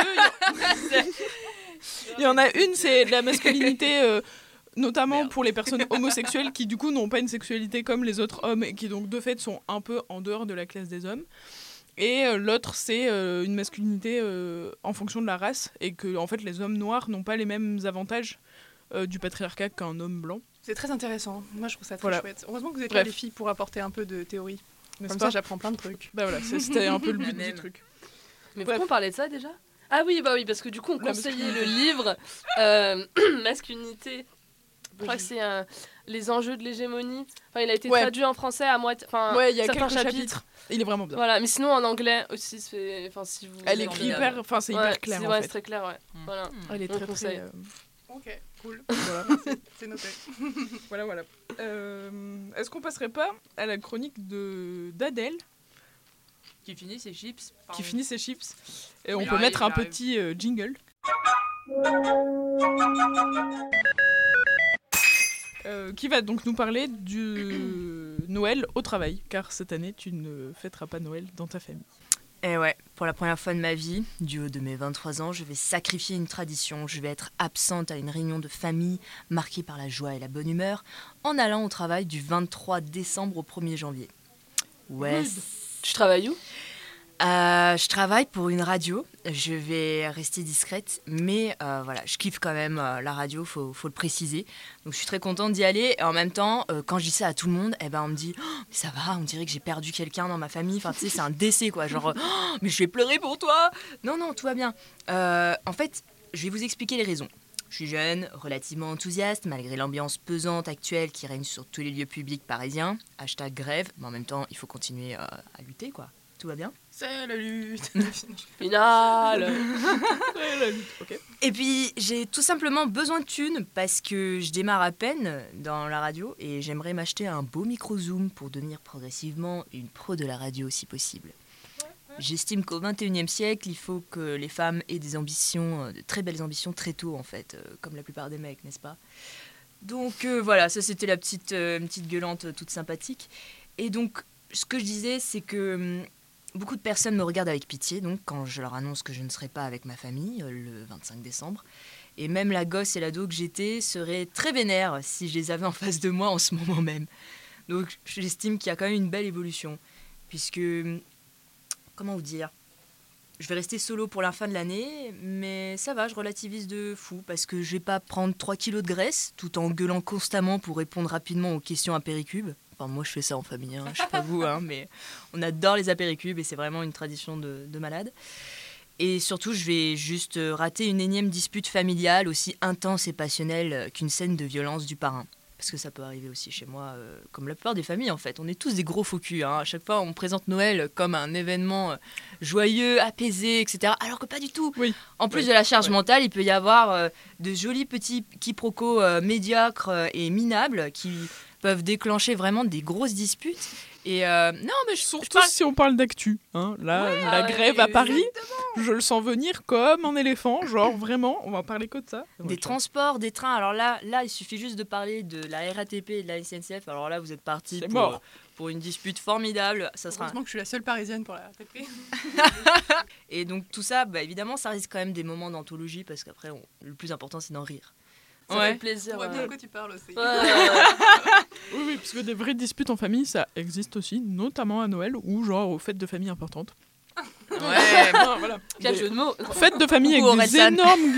Il y en a une, c'est la masculinité, notamment pour les personnes homosexuelles qui, du coup, n'ont pas une sexualité comme les autres hommes et qui, donc, de fait, sont un peu en dehors de la classe des hommes. Et l'autre, c'est une masculinité en fonction de la race et que, en fait, les hommes noirs n'ont pas les mêmes avantages du patriarcat qu'un homme blanc. C'est très intéressant. Moi, je trouve ça très chouette. Heureusement que vous êtes là, les filles, pour apporter un peu de théorie. Comme ça, j'apprends plein de trucs. Bah voilà, c'était un peu le but du truc. Mais pourquoi on parlait de ça déjà ? Ah oui, parce que du coup, on conseillait le livre Masculinité. Je crois que c'est Les enjeux de l'hégémonie. Enfin, il a été traduit en français à moitié. Enfin, il y a quelques chapitres. Il est vraiment bien. Voilà, mais sinon en anglais aussi, si vous. Elle écrit hyper, c'est hyper clair. C'est très clair, ouais. Voilà. Elle est très conseille. Ok, cool. Voilà, c'est noté. Voilà. Est-ce qu'on passerait pas à la chronique d'Adèle qui finit ses chips. Et on peut mettre un petit jingle. Qui va donc nous parler du Noël au travail, car cette année, tu ne fêteras pas Noël dans ta famille. Et ouais, pour la première fois de ma vie, du haut de mes 23 ans, je vais sacrifier une tradition. Je vais être absente à une réunion de famille marquée par la joie et la bonne humeur en allant au travail du 23 décembre au 1er janvier. Ouais. Tu travailles où ? Je travaille pour une radio, je vais rester discrète, mais voilà, je kiffe quand même la radio, faut le préciser. Donc je suis très contente d'y aller, et en même temps, quand je dis ça à tout le monde, on me dit oh, « mais ça va, on dirait que j'ai perdu quelqu'un dans ma famille, enfin tu sais, c'est un décès quoi, genre oh, mais je vais pleurer pour toi !» Non, tout va bien. En fait, je vais vous expliquer les raisons. Je suis jeune, relativement enthousiaste, malgré l'ambiance pesante actuelle qui règne sur tous les lieux publics parisiens. #grève, mais en même temps, il faut continuer à lutter quoi. Tout va bien ? C'est la lutte finale. C'est la lutte, ok. Et puis, j'ai tout simplement besoin de thunes parce que je démarre à peine dans la radio et j'aimerais m'acheter un beau micro Zoom pour devenir progressivement une pro de la radio si possible. J'estime qu'au XXIe siècle, il faut que les femmes aient des ambitions, de très belles ambitions très tôt en fait, comme la plupart des mecs, n'est-ce pas ? Donc voilà, ça c'était la petite gueulante toute sympathique. Et donc, ce que je disais, c'est que beaucoup de personnes me regardent avec pitié, donc quand je leur annonce que je ne serai pas avec ma famille le 25 décembre. Et même la gosse et l'ado que j'étais seraient très vénères si je les avais en face de moi en ce moment même. Donc j'estime qu'il y a quand même une belle évolution. Puisque, comment vous dire, je vais rester solo pour la fin de l'année, mais ça va, je relativise de fou. Parce que je vais pas prendre 3 kilos de graisse tout en gueulant constamment pour répondre rapidement aux questions apéricubes. Enfin, moi, je fais ça en famille, je sais pas vous, mais on adore les apéricubes et c'est vraiment une tradition de malade. Et surtout, je vais juste rater une énième dispute familiale aussi intense et passionnelle qu'une scène de violence du parrain. Parce que ça peut arriver aussi chez moi, comme la plupart des familles en fait. On est tous des gros faux culs. À chaque fois, on présente Noël comme un événement joyeux, apaisé, etc. Alors que pas du tout. Oui. En plus de la charge mentale, il peut y avoir de jolis petits quiproquos médiocres et minables qui peuvent déclencher vraiment des grosses disputes. Et non, mais surtout si on parle d'actu. La grève à Paris, je le sens venir comme un éléphant. Genre vraiment, on va parler que de ça. Des transports, des trains. Alors là, il suffit juste de parler de la RATP et de la SNCF. Alors là, vous êtes partis pour une dispute formidable. Ça sera... Heureusement que je suis la seule parisienne pour la RATP. Et donc tout ça, évidemment, ça risque quand même des moments d'anthologie parce qu'après, le plus important, c'est d'en rire. Ça fait plaisir. On voit bien de quoi tu parles aussi. Oui, parce que des vraies disputes en famille, ça existe aussi, notamment à Noël ou genre aux fêtes de famille importantes. Ouais, bon, voilà. Quel jeu de mots. Fêtes de famille avec des énormes...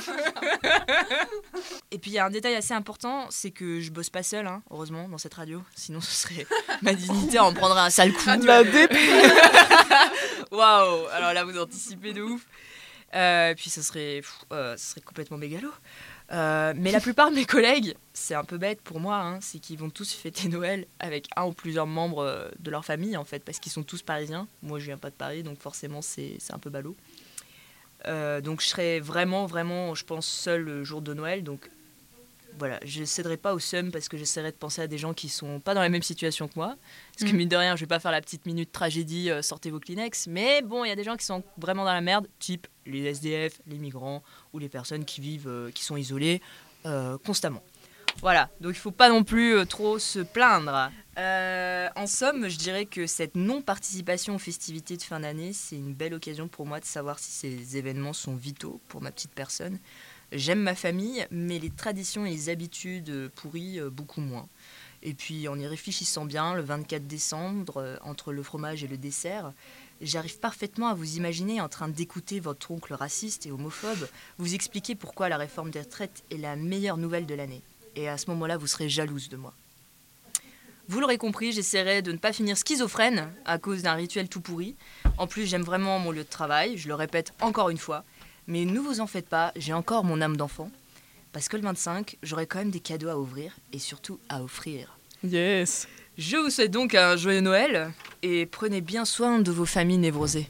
Et puis il y a un détail assez important, c'est que je bosse pas seule, heureusement, dans cette radio. Sinon ce serait ma dignité en prendrait un sale coup. La déprime. Waouh. Alors là vous anticipez de ouf. Puis ce serait complètement mégalo. Mais la plupart de mes collègues, c'est un peu bête pour moi, c'est qu'ils vont tous fêter Noël avec un ou plusieurs membres de leur famille en fait, parce qu'ils sont tous parisiens. Moi je viens pas de Paris, donc forcément c'est un peu ballot. Donc je serai vraiment, je pense, seule le jour de Noël. Donc voilà, je céderai pas au seum parce que j'essaierai de penser à des gens qui sont pas dans la même situation que moi. Parce que mine de rien, je vais pas faire la petite minute tragédie, sortez vos Kleenex. Mais bon, il y a des gens qui sont vraiment dans la merde, type les SDF, les migrants ou les personnes qui vivent, qui sont isolées constamment. Voilà, donc il faut pas non plus trop se plaindre. En somme, je dirais que cette non-participation aux festivités de fin d'année, c'est une belle occasion pour moi de savoir si ces événements sont vitaux pour ma petite personne. J'aime ma famille, mais les traditions et les habitudes pourries, beaucoup moins. Et puis, en y réfléchissant bien, le 24 décembre, entre le fromage et le dessert, j'arrive parfaitement à vous imaginer en train d'écouter votre oncle raciste et homophobe vous expliquer pourquoi la réforme des retraites est la meilleure nouvelle de l'année. Et à ce moment-là, vous serez jalouse de moi. Vous l'aurez compris, j'essaierai de ne pas finir schizophrène à cause d'un rituel tout pourri. En plus, j'aime vraiment mon lieu de travail, je le répète encore une fois. Mais ne vous en faites pas, j'ai encore mon âme d'enfant. Parce que le 25, j'aurai quand même des cadeaux à ouvrir et surtout à offrir. Yes. Je vous souhaite donc un joyeux Noël et prenez bien soin de vos familles névrosées.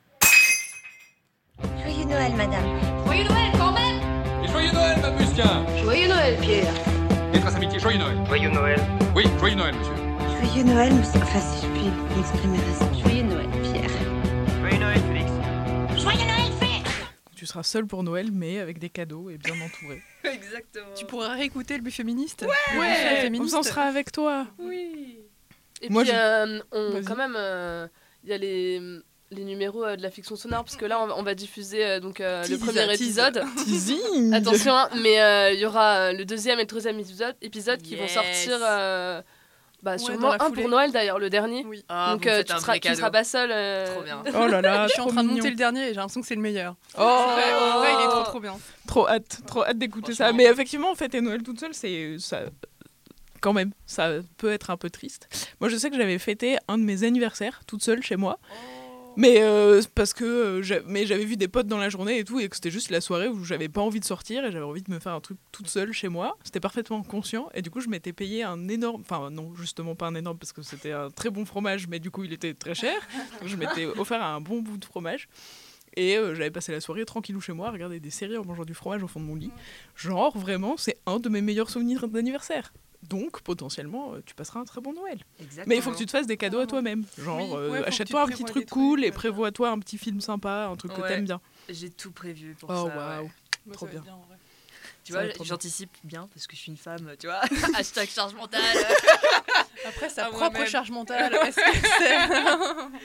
Joyeux Noël, madame. Joyeux Noël quand même. Et joyeux Noël, ma Musquin. Joyeux Noël, Pierre. Maîtresse amitié, joyeux Noël. Joyeux Noël. Oui, joyeux Noël, monsieur. Joyeux Noël, monsieur. Enfin, si je puis m'exprimer ainsi. Joyeux Noël, Pierre. Joyeux Noël, Félix. Joyeux Noël, Félix. Tu seras seul pour Noël, mais avec des cadeaux et bien entouré. Exactement. Tu pourras réécouter le buffet féministe. Ouais, on s'en sera avec toi. Oui. Et moi, puis, quand même, il y a les numéros de la fiction sonore, parce que là, on va diffuser donc, le premier épisode. Teasing. Attention, mais il y aura le deuxième et le troisième épisode qui vont sortir Bah, Ouais, sûrement dans la un foulée. pour Noël d'ailleurs, le dernier. Oui. Ah, Donc vous me faites tu un seras, vrai tu seras cadeau. pas seul. Trop bien. Oh là là, Je suis en trop train de mignon. monter le dernier et j'ai l'impression que c'est le meilleur. Oh, En vrai, il est trop bien. trop hâte d'écouter ça. Franchement. Mais effectivement, fêter Noël toute seule, c'est ça. Quand même, ça peut être un peu triste. Moi, je sais que j'avais fêté un de mes anniversaires toute seule chez moi. Mais parce que mais j'avais vu des potes dans la journée et tout, et que c'était juste la soirée où j'avais pas envie de sortir et j'avais envie de me faire un truc toute seule chez moi. C'était parfaitement conscient, et du coup je m'étais payé un énorme, enfin non, justement pas un énorme parce que c'était un très bon fromage, mais du coup il était très cher. Donc je m'étais offert un bon bout de fromage. Et j'avais passé la soirée tranquillou chez moi à regarder des séries en mangeant du fromage au fond de mon lit. Genre vraiment, c'est un de mes meilleurs souvenirs d'anniversaire. Donc, potentiellement, tu passeras un très bon Noël. Exactement. Mais il faut que tu te fasses des cadeaux à toi-même. Genre, Oui, ouais, faut que achète-toi tu un te petit prévois truc des cool trucs, et ouais. prévois-toi un petit film sympa, un truc que Ouais. t'aimes bien. J'ai tout prévu pour Oh, ça. waouh. Ouais. Bah, Trop ça va bien. être en vrai. Tu Ça va vois, être trop bien. j'anticipe bien parce que je suis une femme, tu vois. Hashtag charge mentale. Après, sa À propre moi-même. charge mentale, est-ce que c'est...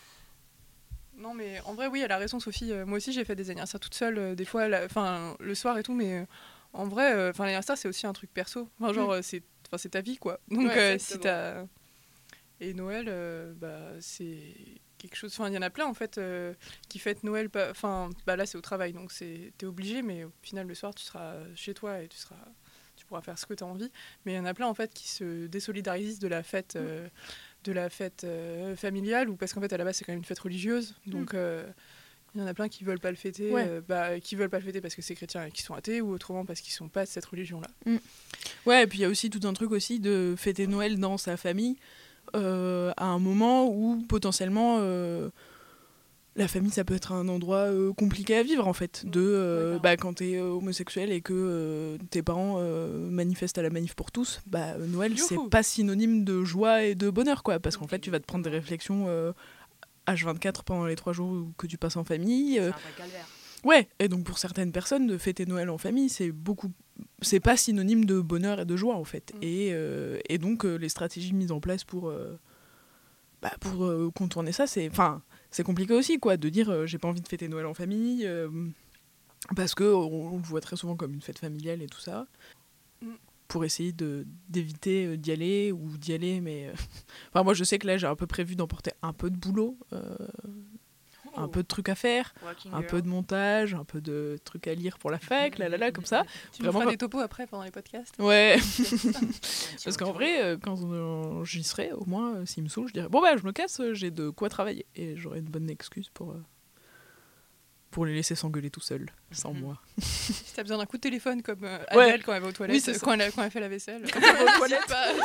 Non, mais en vrai, oui, elle a raison, Sophie. Moi aussi, j'ai fait des anniversaires toute seule, des fois, le soir et tout, mais en vrai, l'anniversaire, c'est aussi un truc perso. Enfin, genre, c'est ta vie, quoi. Donc, Ouais, si exactement. t'as... Et Noël, c'est quelque chose... Enfin, il y en a plein, en fait, qui fêtent Noël... Enfin, là, c'est au travail, donc t'es obligé, mais au final, le soir, tu seras chez toi et tu pourras faire ce que tu as envie. Mais il y en a plein, en fait, qui se désolidarisent de la fête... familiale, ou parce qu'en fait à la base c'est quand même une fête religieuse, donc il y en a plein qui veulent pas le fêter, qui veulent pas le fêter parce que c'est chrétien et qui sont athées, ou autrement parce qu'ils sont pas de cette religion là. Ouais, et puis il y a aussi tout un truc aussi de fêter Noël dans sa famille à un moment où potentiellement la famille, ça peut être un endroit compliqué à vivre en fait. Quand t'es homosexuel et que tes parents manifestent à la manif pour tous, Noël, Youhou. c'est pas synonyme de joie et de bonheur, quoi. Parce qu'en fait, tu vas te prendre des réflexions H24 pendant les 3 jours que tu passes en famille. C'est un vrai calvaire. Ouais, et donc pour certaines personnes, de fêter Noël en famille, c'est pas synonyme de bonheur et de joie en fait. Et donc les stratégies mises en place pour contourner ça, c'est compliqué aussi, quoi, de dire j'ai pas envie de fêter Noël en famille parce que on le voit très souvent comme une fête familiale et tout ça, pour essayer d'éviter d'y aller ou d'y aller, mais enfin moi je sais que là j'ai un peu prévu d'emporter un peu de boulot, un peu de trucs à faire, un peu de montage, un peu de trucs à lire pour la fac, comme ça. Tu nous feras des topos après pendant les podcasts. Ouais. Parce qu'en vrai, quand j'y serai, au moins, s'il me saoule, je dirais bon je me casse, j'ai de quoi travailler. Et j'aurai une bonne excuse pour les laisser s'engueuler tout seuls, sans moi. Si t'as besoin d'un coup de téléphone comme Adèle quand elle va aux toilettes, Oui, quand elle fait la vaisselle. Quand elle va aux toilettes.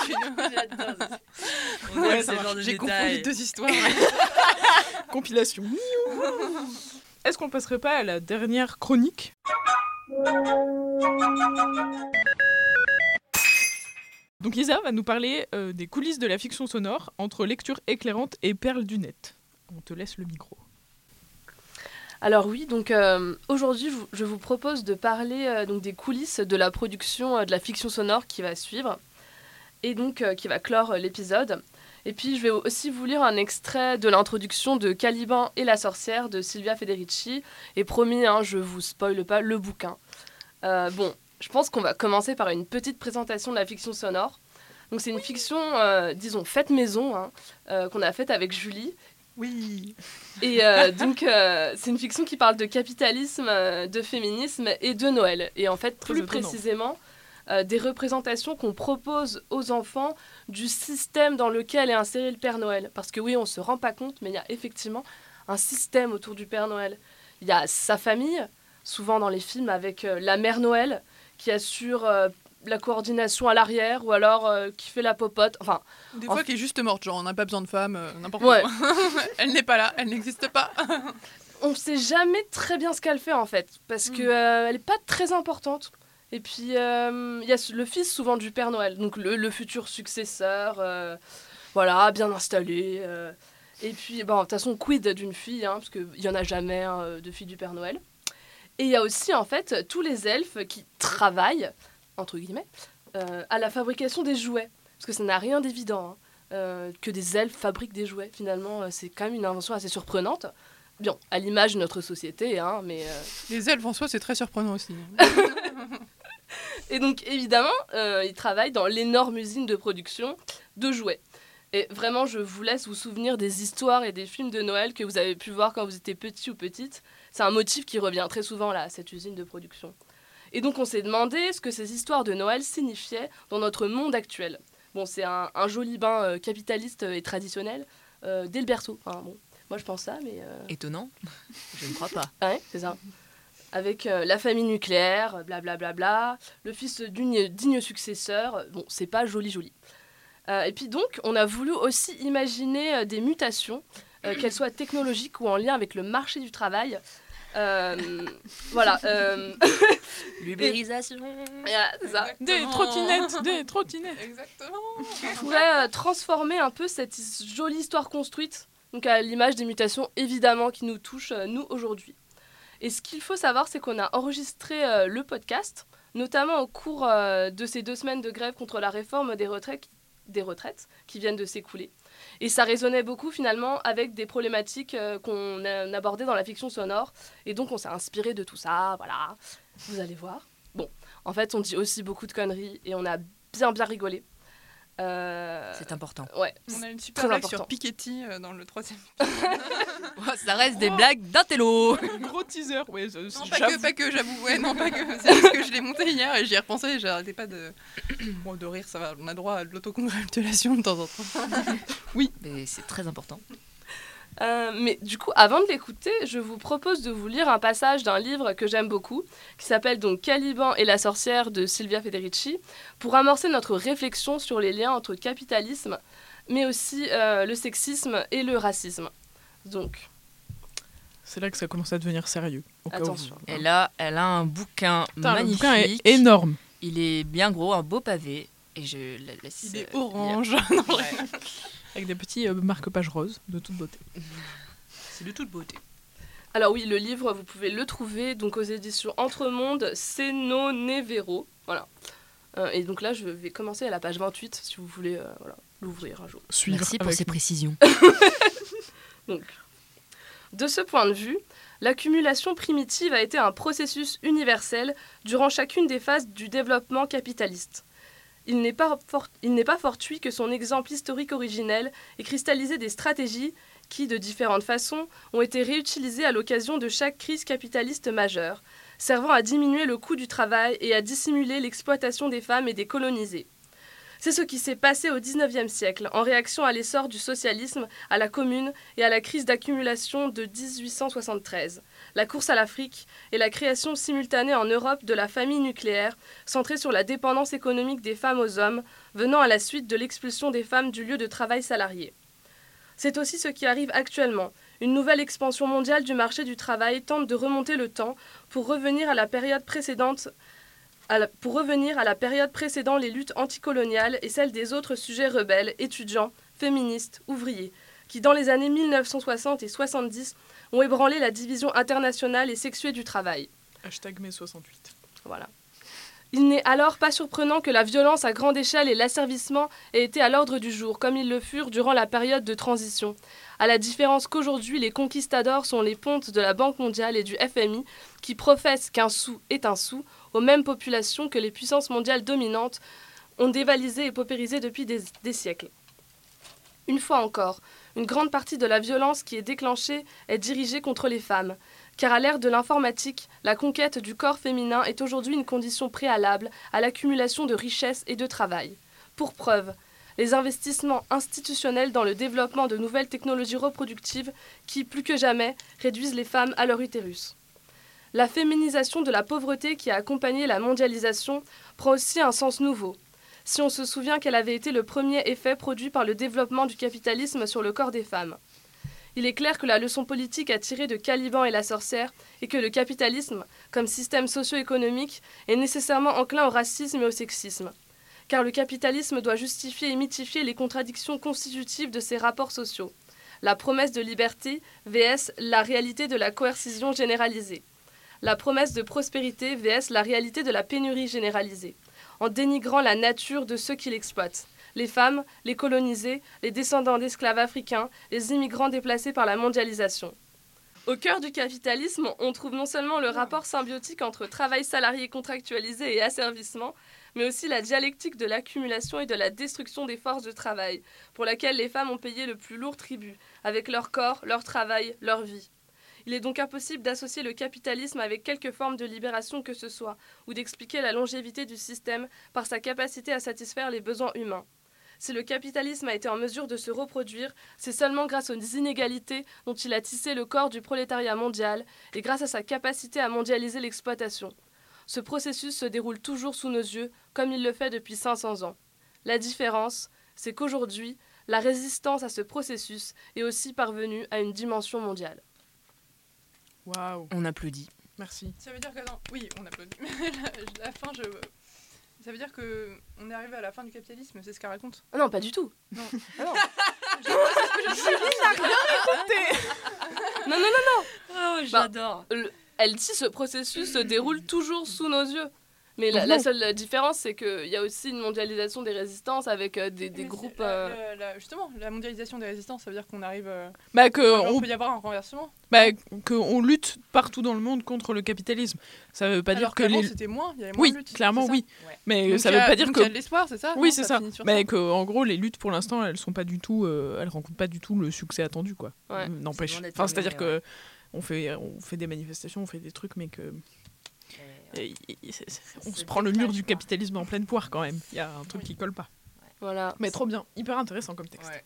Ouais, c'est le genre de J'ai confondu détail. 2 histoires. Compilation. Est-ce qu'on passerait pas à la dernière chronique ? Donc Isa va nous parler des coulisses de la fiction sonore entre lecture éclairante et perles du net. On te laisse le micro. Alors oui, donc aujourd'hui, je vous propose de parler donc des coulisses de la production de la fiction sonore qui va suivre, et donc qui va clore l'épisode. Et puis je vais aussi vous lire un extrait de l'introduction de Caliban et la sorcière de Silvia Federici, et promis, je vous spoile pas le bouquin. Je pense qu'on va commencer par une petite présentation de la fiction sonore. Donc c'est une fiction, disons, faite maison, qu'on a faite avec Julie. Oui. Et c'est une fiction qui parle de capitalisme, de féminisme et de Noël. Et en fait, plus précisément, des représentations qu'on propose aux enfants du système dans lequel est inséré le Père Noël. Parce que oui, on ne se rend pas compte, mais il y a effectivement un système autour du Père Noël. Il y a sa famille, souvent dans les films, avec la Mère Noël, qui assure la coordination à l'arrière, ou alors qui fait la popote. Enfin, des fois qui est juste morte, genre on n'a pas besoin de femme, n'importe quoi. Elle n'est pas là, elle n'existe pas. On ne sait jamais très bien ce qu'elle fait en fait, parce qu'elle n'est pas très importante. Et puis il y a le fils souvent du Père Noël, donc le futur successeur, bien installé. Et puis de toute façon, quid d'une fille, parce qu'il n'y en a jamais de fille du Père Noël. Et il y a aussi en fait tous les elfes qui travaillent, entre guillemets, à la fabrication des jouets. Parce que ça n'a rien d'évident, que des elfes fabriquent des jouets. Finalement, c'est quand même une invention assez surprenante. Bien, à l'image de notre société, mais... Les elfes en soi, c'est très surprenant aussi. Et donc, évidemment, ils travaillent dans l'énorme usine de production de jouets. Et vraiment, je vous laisse vous souvenir des histoires et des films de Noël que vous avez pu voir quand vous étiez petit ou petite. C'est un motif qui revient très souvent là, à cette usine de production. Et donc on s'est demandé ce que ces histoires de Noël signifiaient dans notre monde actuel. Bon, c'est un joli bain capitaliste et traditionnel dès le berceau. Enfin, bon, moi je pense ça, mais... Étonnant, je ne crois pas. Ouais, c'est ça. Avec la famille nucléaire, blablabla, le fils d'une digne successeur. Bon, c'est pas joli. Et puis donc, on a voulu aussi imaginer des mutations, qu'elles soient technologiques ou en lien avec le marché du travail. Voilà. L'ubérisation. C'est ça. Des trottinettes. Exactement. On pourrait transformer un peu cette jolie histoire construite, donc à l'image des mutations évidemment qui nous touchent, nous, aujourd'hui. Et ce qu'il faut savoir, c'est qu'on a enregistré le podcast, notamment au cours de ces 2 semaines de grève contre la réforme des retraites qui viennent de s'écouler. Et ça résonnait beaucoup finalement avec des problématiques qu'on a abordées dans la fiction sonore. Et donc on s'est inspiré de tout ça, voilà, vous allez voir. Bon, en fait on dit aussi beaucoup de conneries et on a bien rigolé. C'est important. Ouais, on a une super blague sur Piketty dans le 3e. Ça reste des blagues d'intello. Gros teaser, ouais. Non, pas que, j'avoue. Ouais, non, pas que. C'est parce que je l'ai monté hier et j'y ai repensé et j'arrêtais pas de... Bon, de rire, ça va. On a droit à de l'autocongratulation de temps en temps. Oui, mais c'est très important. Mais du coup, avant de l'écouter, je vous propose de vous lire un passage d'un livre que j'aime beaucoup, qui s'appelle donc Caliban et la sorcière de Silvia Federici, pour amorcer notre réflexion sur les liens entre capitalisme, mais aussi le sexisme et le racisme. Donc, c'est là que ça commence à devenir sérieux. Attention. Elle a un bouquin magnifique. Le bouquin est énorme. Il est bien gros, un beau pavé, et je la laisse. Il est orange. Avec des petits marque-pages roses de toute beauté. C'est de toute beauté. Alors oui, le livre, vous pouvez le trouver donc aux éditions Entremonde, Seno Nevero. Voilà. Et donc là, je vais commencer à la page 28, si vous voulez l'ouvrir un jour. Merci pour ces précisions. Donc, de ce point de vue, l'accumulation primitive a été un processus universel durant chacune des phases du développement capitaliste. Il n'est pas fortuit que son exemple historique originel ait cristallisé des stratégies qui, de différentes façons, ont été réutilisées à l'occasion de chaque crise capitaliste majeure, servant à diminuer le coût du travail et à dissimuler l'exploitation des femmes et des colonisés. C'est ce qui s'est passé au XIXe siècle, en réaction à l'essor du socialisme, à la Commune et à la crise d'accumulation de 1873, la course à l'Afrique et la création simultanée en Europe de la famille nucléaire, centrée sur la dépendance économique des femmes aux hommes, venant à la suite de l'expulsion des femmes du lieu de travail salarié. C'est aussi ce qui arrive actuellement. Une nouvelle expansion mondiale du marché du travail tente de remonter le temps pour revenir à la période précédant les luttes anticoloniales et celles des autres sujets rebelles, étudiants, féministes, ouvriers, qui dans les années 1960 et 70 ont ébranlé la division internationale et sexuée du travail. #mai 68. Voilà. Il n'est alors pas surprenant que la violence à grande échelle et l'asservissement aient été à l'ordre du jour, comme ils le furent durant la période de transition, à la différence qu'aujourd'hui les conquistadors sont les pontes de la Banque mondiale et du FMI, qui professent qu'un sou est un sou aux mêmes populations que les puissances mondiales dominantes ont dévalisées et paupérisées depuis des siècles. Une fois encore, une grande partie de la violence qui est déclenchée est dirigée contre les femmes, car à l'ère de l'informatique, la conquête du corps féminin est aujourd'hui une condition préalable à l'accumulation de richesses et de travail. Pour preuve, les investissements institutionnels dans le développement de nouvelles technologies reproductives qui, plus que jamais, réduisent les femmes à leur utérus. La féminisation de la pauvreté qui a accompagné la mondialisation prend aussi un sens nouveau, si on se souvient qu'elle avait été le premier effet produit par le développement du capitalisme sur le corps des femmes. Il est clair que la leçon politique à tirer de Caliban et la sorcière est que le capitalisme, comme système socio-économique, est nécessairement enclin au racisme et au sexisme. Car le capitalisme doit justifier et mythifier les contradictions constitutives de ses rapports sociaux. La promesse de liberté vs la réalité de la coercition généralisée. La promesse de prospérité vs la réalité de la pénurie généralisée, en dénigrant la nature de ceux qui l'exploitent. Les femmes, les colonisés, les descendants d'esclaves africains, les immigrants déplacés par la mondialisation. Au cœur du capitalisme, on trouve non seulement le rapport symbiotique entre travail salarié contractualisé et asservissement, mais aussi la dialectique de l'accumulation et de la destruction des forces de travail, pour laquelle les femmes ont payé le plus lourd tribut, avec leur corps, leur travail, leur vie. Il est donc impossible d'associer le capitalisme avec quelque forme de libération que ce soit, ou d'expliquer la longévité du système par sa capacité à satisfaire les besoins humains. Si le capitalisme a été en mesure de se reproduire, c'est seulement grâce aux inégalités dont il a tissé le corps du prolétariat mondial et grâce à sa capacité à mondialiser l'exploitation. Ce processus se déroule toujours sous nos yeux, comme il le fait depuis 500 ans. La différence, c'est qu'aujourd'hui, la résistance à ce processus est aussi parvenue à une dimension mondiale. Waouh. On applaudit. Merci. Ça veut dire que non, oui, on applaudit. la fin, ça veut dire que on est arrivé à la fin du capitalisme, c'est ce qu'elle raconte? Ah non, pas du tout. Non. Ah non. Non. Oh, j'adore. Elle dit ce processus se déroule toujours sous nos yeux. Mais la seule différence, c'est qu'il y a aussi une mondialisation des résistances avec des groupes... Justement, la mondialisation des résistances, ça veut dire qu'on arrive... on peut y avoir un renversement. Qu'on lutte partout dans le monde contre le capitalisme. Ça veut pas dire que c'était moins, il y avait moins oui, de luttes. Clairement, oui. Ouais. Mais donc ça veut pas dire que... il y a de l'espoir, c'est ça? Oui, non, c'est ça. finit sur Mais ça. que, en gros, les luttes, pour l'instant, elles sont pas du tout... elles rencontrent pas du tout le succès attendu, quoi. Ouais. N'empêche. Enfin, c'est-à-dire que on fait des manifestations, on fait des trucs, mais que... on se prend le mur du capitalisme en pleine poire quand même. Il y a un truc qui colle pas. Voilà. Mais trop bien, hyper intéressant comme texte.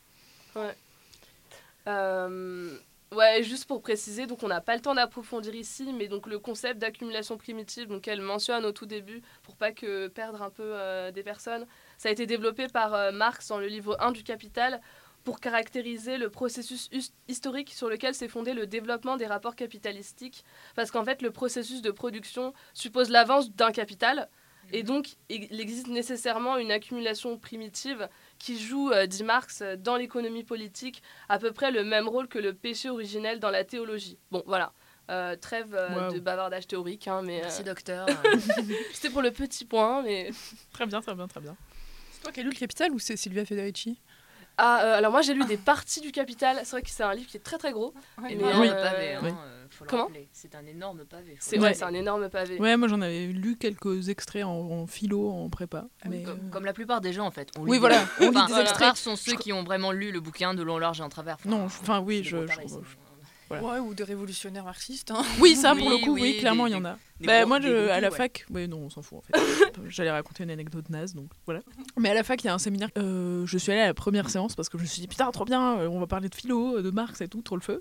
Ouais, juste pour préciser, donc on n'a pas le temps d'approfondir ici, mais donc le concept d'accumulation primitive, donc elle mentionne au tout début, pour pas que perdre un peu des personnes, ça a été développé par Marx dans le livre 1 du Capital, pour caractériser le processus historique sur lequel s'est fondé le développement des rapports capitalistiques. Parce qu'en fait, le processus de production suppose l'avance d'un capital, et donc il existe nécessairement une accumulation primitive qui joue, dit Marx, dans l'économie politique, à peu près le même rôle que le péché originel dans la théologie. Bon, voilà. Trêve de bavardage théorique. Hein, mais, merci, docteur. C'était pour le petit point, mais... Très bien. C'est toi qui as lu le Capital ou c'est Silvia Federici? Alors moi j'ai lu des parties du Capital, c'est vrai que c'est un livre qui est très très gros. Ouais, mais pavé, hein, faut le Comment rappeler. C'est un énorme pavé. C'est un énorme pavé. Ouais, moi j'en avais lu quelques extraits en philo, en prépa. Mais comme la plupart des gens en fait. On lit des extraits. Rares sont ceux qui ont vraiment lu le bouquin de long, large et en travers. Voilà. Ouais, ou des révolutionnaires marxistes. Hein. Oui, ça pour le coup, oui, clairement il y en a. Moi, à la fac, non, on s'en fout en fait. J'allais raconter une anecdote naze, donc voilà. Mais à la fac, il y a un séminaire. Je suis allée à la première séance parce que je me suis dit putain, trop bien, on va parler de philo, de Marx et tout, trop le feu.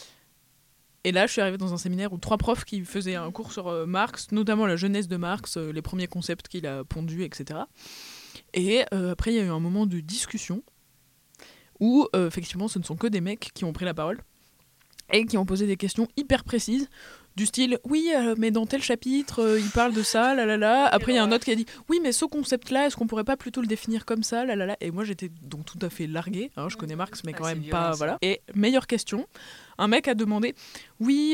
Et là, je suis arrivée dans un séminaire où 3 profs qui faisaient un cours sur Marx, notamment la jeunesse de Marx, les premiers concepts qu'il a pondus, etc. Et après, il y a eu un moment de discussion où effectivement, ce ne sont que des mecs qui ont pris la parole et qui ont posé des questions hyper précises du style oui mais dans tel chapitre il parle de ça après il y a un autre qui a dit oui mais ce concept là est-ce qu'on pourrait pas plutôt le définir comme ça et moi j'étais donc tout à fait larguée je connais Marx mais quand même pas voilà. Et meilleure question, un mec a demandé oui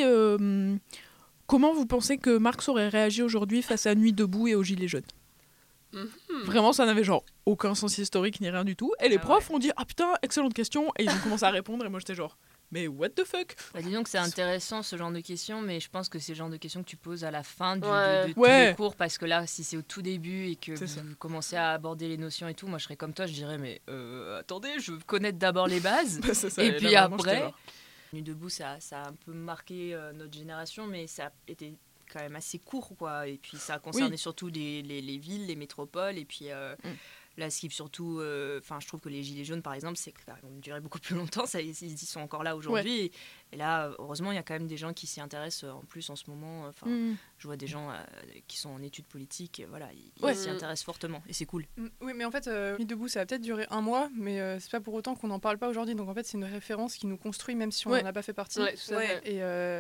comment vous pensez que Marx aurait réagi aujourd'hui face à Nuit debout et aux Gilets jaunes? Vraiment ça n'avait genre aucun sens historique ni rien du tout et les profs ont dit ah putain excellente question et ils ont commencé à répondre et moi j'étais genre mais what the fuck? Dis donc c'est intéressant ce genre de questions, mais je pense que c'est le genre de questions que tu poses à la fin de tous les cours, parce que là, si c'est au tout début et que vous commencez à aborder les notions et tout, moi je serais comme toi, je dirais mais attendez, je veux connaître d'abord les bases, et puis après... Nuit debout, ça a un peu marqué notre génération, mais ça a été quand même assez court, quoi, et puis ça a concerné surtout les villes, les métropoles, et puis... Là, ce qui surtout, je trouve que les Gilets jaunes, par exemple, c'est qu'ils vont durer beaucoup plus longtemps. Ils y sont encore là aujourd'hui. Ouais. Et là, heureusement, il y a quand même des gens qui s'y intéressent en plus en ce moment. Je vois des gens qui sont en études politiques. Voilà, ils s'y intéressent fortement. Et c'est cool. Oui, mais en fait, Nuit debout, ça va peut-être durer 1 mois, mais c'est pas pour autant qu'on n'en parle pas aujourd'hui. Donc en fait, c'est une référence qui nous construit, même si on n'en a pas fait partie. Et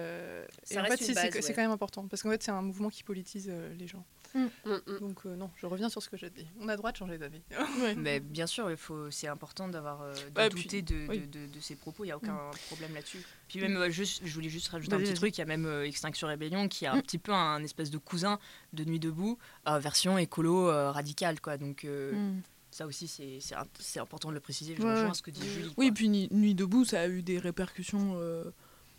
en fait, c'est quand même important. Parce qu'en fait, c'est un mouvement qui politise les gens. Donc non, je reviens sur ce que j'ai dit. On a le droit de changer d'avis. Mais bien sûr, c'est important d'avoir douté de ses propos. Il n'y a aucun problème là-dessus. Puis même, je voulais juste rajouter un petit truc. Il y a même Extinction Rebellion qui a un petit peu un espèce de cousin de Nuit debout, version écolo radicale, quoi. Donc ça aussi, c'est important de le préciser. Je rejoins ce que dit Julie. Oui, puis Nuit debout, ça a eu des répercussions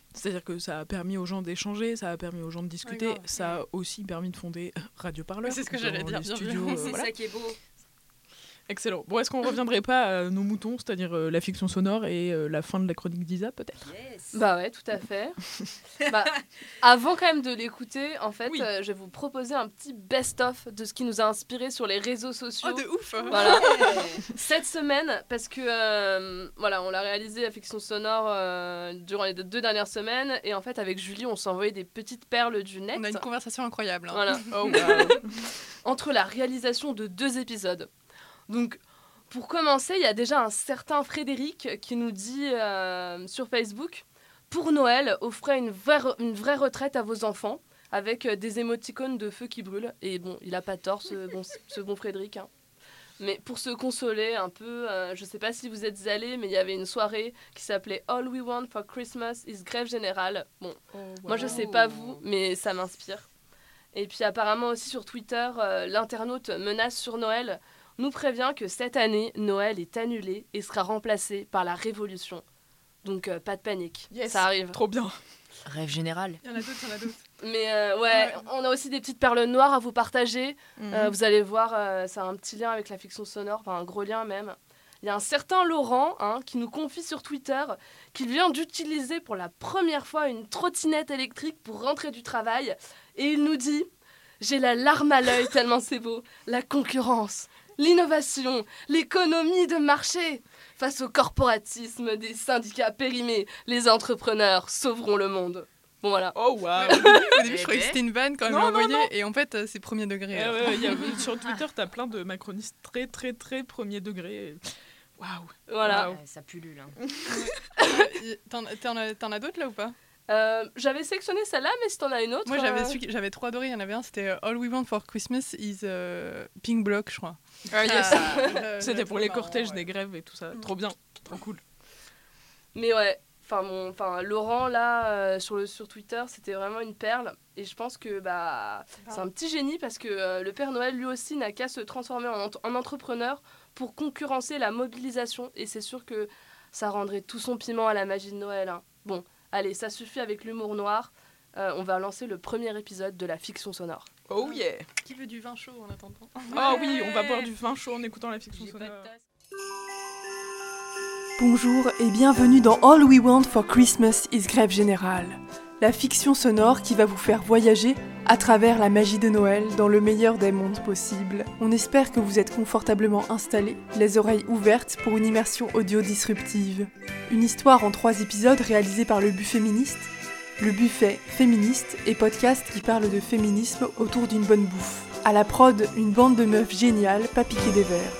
C'est-à-dire que ça a permis aux gens d'échanger, ça a permis aux gens de discuter, ça a aussi permis de fonder Radio Parleur. C'est ce que j'allais dire. Studios, c'est ça qui est beau. Excellent. Bon, est-ce qu'on reviendrait pas à nos moutons, c'est-à-dire la fiction sonore et la fin de la chronique d'Isa, peut-être? Bah ouais, tout à fait. Avant quand même de l'écouter, en fait, je vais vous proposer un petit best-of de ce qui nous a inspiré sur les réseaux sociaux. Oh, de ouf. Voilà. Cette semaine, parce que voilà, on l'a réalisé la fiction sonore durant les 2 dernières semaines, et en fait avec Julie, on s'est envoyé des petites perles du net. On a une conversation incroyable. Hein. Voilà. Oh, wow. Entre la réalisation de 2 épisodes. Donc, pour commencer, il y a déjà un certain Frédéric qui nous dit sur Facebook: pour Noël, offrez une vraie retraite à vos enfants avec des émoticônes de feu qui brûlent. Et bon, il a pas tort, ce bon Frédéric. Hein. Mais pour se consoler un peu, je sais pas si vous êtes allés, mais il y avait une soirée qui s'appelait All We Want for Christmas is Grève Générale. Bon, moi je sais pas vous, mais ça m'inspire. Et puis apparemment aussi sur Twitter, l'internaute Menace sur Noël nous prévient que cette année, Noël est annulé et sera remplacé par la Révolution. Donc, pas de panique, ça arrive. Trop bien. Rêve général. Il y en a d'autres. Mais on a aussi des petites perles noires à vous partager. Vous allez voir, ça a un petit lien avec la fiction sonore, enfin un gros lien même. Il y a un certain Laurent qui nous confie sur Twitter qu'il vient d'utiliser pour la première fois une trottinette électrique pour rentrer du travail. Et il nous dit: j'ai la larme à l'œil tellement c'est beau. La concurrence, l'innovation, l'économie de marché. Face au corporatisme des syndicats périmés, les entrepreneurs sauveront le monde. Bon voilà. Oh wow. Au début, je croyais que c'était une vanne quand elle m'a envoyé, et en fait, c'est premier degré. Sur Twitter, t'as plein de macronistes très très très premier degré. Waouh. Voilà. Ça pullule. T'en as d'autres là ou pas? J'avais sélectionné celle-là, mais si t'en as une autre... Moi, j'avais 3 adorés. Il y en avait un, c'était All We Want for Christmas is Pink Block, je crois. Ah yes. C'était pour les cortèges des grèves et tout ça. Trop bien, trop cool. Mais ouais, Laurent, là, sur Twitter, c'était vraiment une perle. Et je pense que c'est un petit génie, parce que le Père Noël, lui aussi, n'a qu'à se transformer en entrepreneur pour concurrencer la mobilisation. Et c'est sûr que ça rendrait tout son piment à la magie de Noël. Hein. Bon, allez, ça suffit avec l'humour noir. On va lancer le premier épisode de la fiction sonore. Oh yeah. Qui veut du vin chaud en attendant? Ah oui, on va boire du vin chaud en écoutant la fiction sonore. Bonjour et bienvenue dans All We Want for Christmas is Grève Générale, la fiction sonore qui va vous faire voyager à travers la magie de Noël dans le meilleur des mondes possibles. On espère que vous êtes confortablement installés, les oreilles ouvertes pour une immersion audio disruptive. Une histoire en 3 épisodes réalisée par le Bufféministe, le Buffet féministe et podcast qui parle de féminisme autour d'une bonne bouffe. À la prod, une bande de meufs géniales, pas piquées des verres.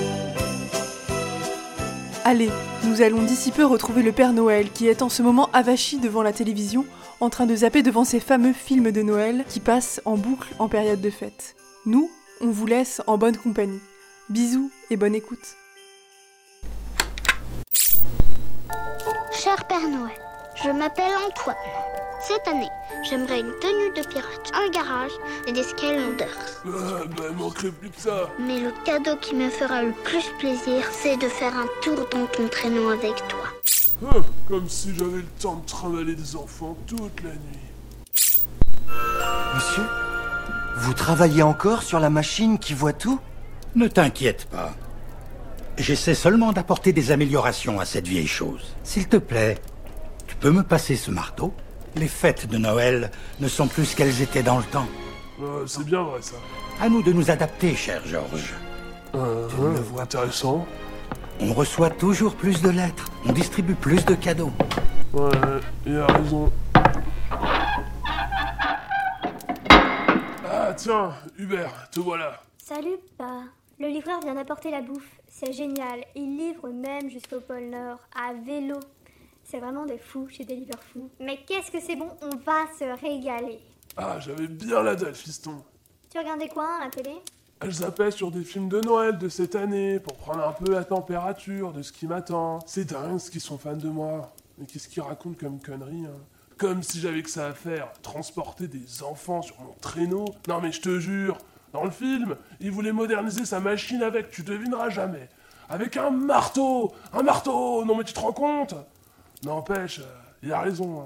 Allez, nous allons d'ici peu retrouver le Père Noël qui est en ce moment avachi devant la télévision, en train de zapper devant ces fameux films de Noël qui passent en boucle en période de fête. Nous, on vous laisse en bonne compagnie. Bisous et bonne écoute. Cher Père Noël, je m'appelle Antoine. Cette année, j'aimerais une tenue de pirate, un garage et des Skylanders. Manquerait plus que ça. Mais le cadeau qui me fera le plus plaisir, c'est de faire un tour dans ton traîneau avec toi. Comme si j'avais le temps de trimballer des enfants toute la nuit. Monsieur, vous travaillez encore sur la machine qui voit tout? Ne t'inquiète pas. J'essaie seulement d'apporter des améliorations à cette vieille chose. S'il te plaît, tu peux me passer ce marteau? Les fêtes de Noël ne sont plus ce qu'elles étaient dans le temps. C'est bien vrai, ça. À nous de nous adapter, cher Georges. Tu le vois intéressant. On reçoit toujours plus de lettres. On distribue plus de cadeaux. Ouais, il a raison. Ah, tiens, Hubert, te voilà. Salut, Pa. Le livreur vient d'apporter la bouffe. C'est génial. Il livre même jusqu'au pôle Nord, à vélo. C'est vraiment des fous chez Deliveroo. Mais qu'est-ce que c'est bon, on va se régaler. Ah, j'avais bien la dalle, fiston. Tu regardais quoi à la télé? Je zappais sur des films de Noël de cette année pour prendre un peu la température de ce qui m'attend. C'est dingue ce qu'ils sont fans de moi. Mais qu'est-ce qu'ils racontent comme conneries, hein? Comme si j'avais que ça à faire, transporter des enfants sur mon traîneau. Non mais je te jure, dans le film, il voulait moderniser sa machine avec, tu devineras jamais. Avec un marteau. Non mais tu te rends compte? N'empêche, il a raison, hein.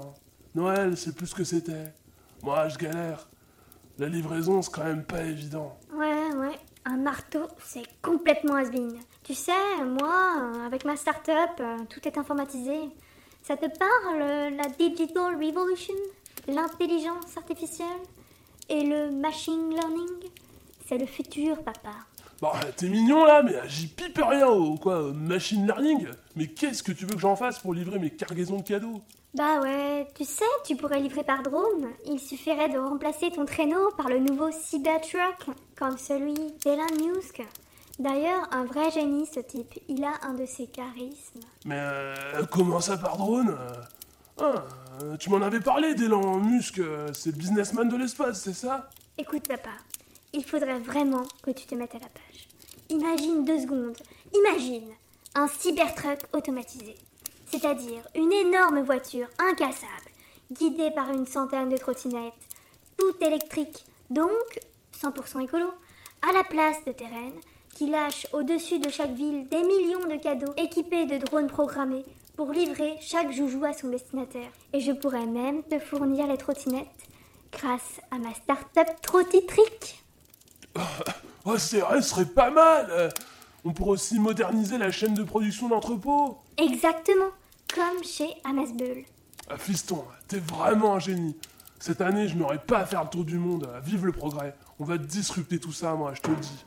Noël, c'est plus ce que c'était. Moi, je galère. La livraison, c'est quand même pas évident. Ouais, un marteau, c'est complètement has-been. Tu sais, moi, avec ma start-up, tout est informatisé. Ça te parle, la Digital Revolution? L'intelligence artificielle? Et le machine learning? C'est le futur, papa. Bah, t'es mignon là, mais j'y pipe rien au machine learning. Mais qu'est-ce que tu veux que j'en fasse pour livrer mes cargaisons de cadeaux? Bah ouais, tu sais, tu pourrais livrer par drone. Il suffirait de remplacer ton traîneau par le nouveau Cybertruck, comme celui d'Elon Musk. D'ailleurs, un vrai génie ce type, il a un de ses charismes. Mais comment ça par drone? Tu m'en avais parlé d'Elon Musk, c'est le businessman de l'espace, c'est ça? Écoute papa, il faudrait vraiment que tu te mettes à la page. Imagine 2 secondes, imagine un Cybertruck automatisé. C'est-à-dire une énorme voiture incassable, guidée par une centaine de trottinettes, toute électrique, donc 100% écolo, à la place de terrain, qui lâche au-dessus de chaque ville des millions de cadeaux équipés de drones programmés pour livrer chaque joujou à son destinataire. Et je pourrais même te fournir les trottinettes grâce à ma start-up Trottitrick. Oh, c'est vrai, ce serait pas mal. On pourrait aussi moderniser la chaîne de production d'entrepôts. Exactement, comme chez Amasbeul. Ah, fiston, t'es vraiment un génie. Cette année, je n'aurais pas à faire le tour du monde. Vive le progrès. On va disrupter tout ça, moi, je te le dis.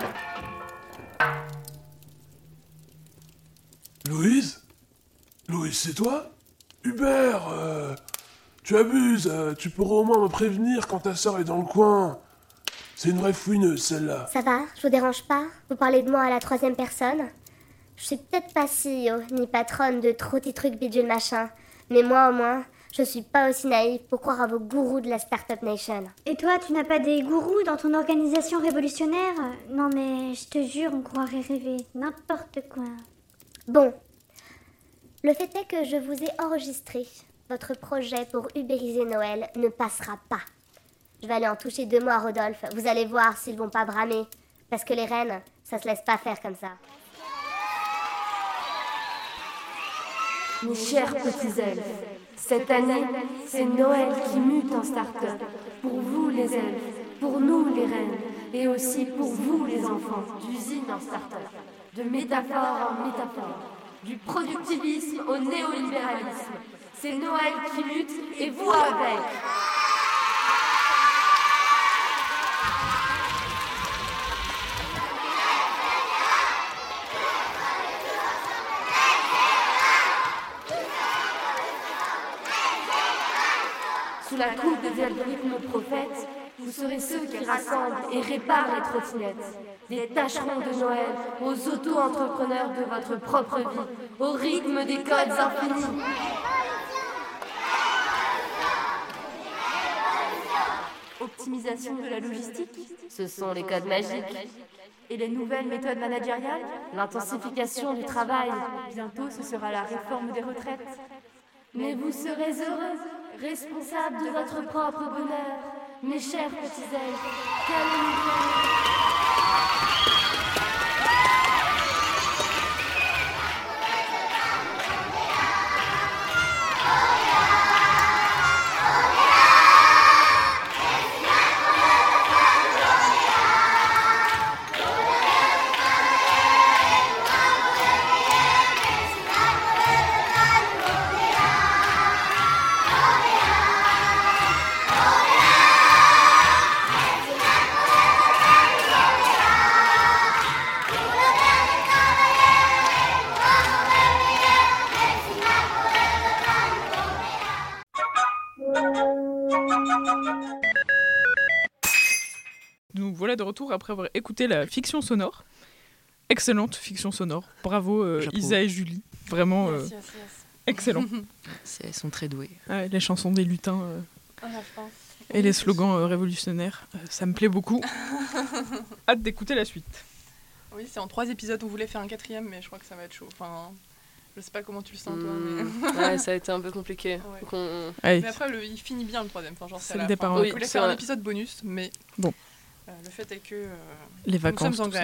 Louise, c'est toi? Hubert, tu abuses. Tu pourrais au moins me prévenir quand ta sœur est dans le coin. C'est une vraie fouineuse, celle-là. Ça va, je vous dérange pas? Vous parlez de moi à la 3e personne? Je suis peut-être pas CEO, ni patronne de Trottitrick bidule machin. Mais moi, au moins, je suis pas aussi naïve pour croire à vos gourous de la Startup Nation. Et toi, tu n'as pas des gourous dans ton organisation révolutionnaire? Non mais, je te jure, on croirait rêver. N'importe quoi. Bon. Le fait est que je vous ai enregistré. Votre projet pour ubériser Noël ne passera pas. Je vais aller en toucher 2 mots à Rodolphe. Vous allez voir s'ils vont pas bramer. Parce que les reines, ça se laisse pas faire comme ça. Mes chers petits elfes, cette année, c'est Noël qui mute en start-up. Pour vous les elfes, pour nous les reines, et aussi pour vous les enfants, d'usine en start-up, de métaphore en métaphore, du productivisme au néolibéralisme. C'est Noël qui mute et vous avec. Sous la coupe des algorithmes prophètes, vous serez ceux qui rassemblent et réparent les trottinettes. Des tâcherons de Noël aux auto-entrepreneurs de votre propre vie, au rythme des codes infinis. Optimisation de la logistique, ce sont les codes magiques. Et les nouvelles méthodes managériales, l'intensification du travail. Bientôt, ce sera la réforme des retraites. Mais vous serez heureux, responsables de votre propre bonheur, mes chers petits elfes. Calmez-vous. Nous voilà de retour après avoir écouté la fiction sonore. Excellente fiction sonore. Bravo Isa et Julie. Vraiment Yes. excellent. Elles sont très douées. Ouais, les chansons des lutins et les slogans révolutionnaires, ça me plaît beaucoup. Hâte d'écouter la suite. Oui, c'est en 3 épisodes. On voulait faire un 4e, mais je crois que ça va être chaud. Enfin, je sais pas comment tu le sens, toi. Mais... Ouais, ça a été un peu compliqué. Ouais. Mais après, il finit bien le 3e. Enfin, genre, c'est le départ. On voulait faire un épisode bonus, mais... Bon. Le fait est que les vacances, nous sommes en grève. tout ça.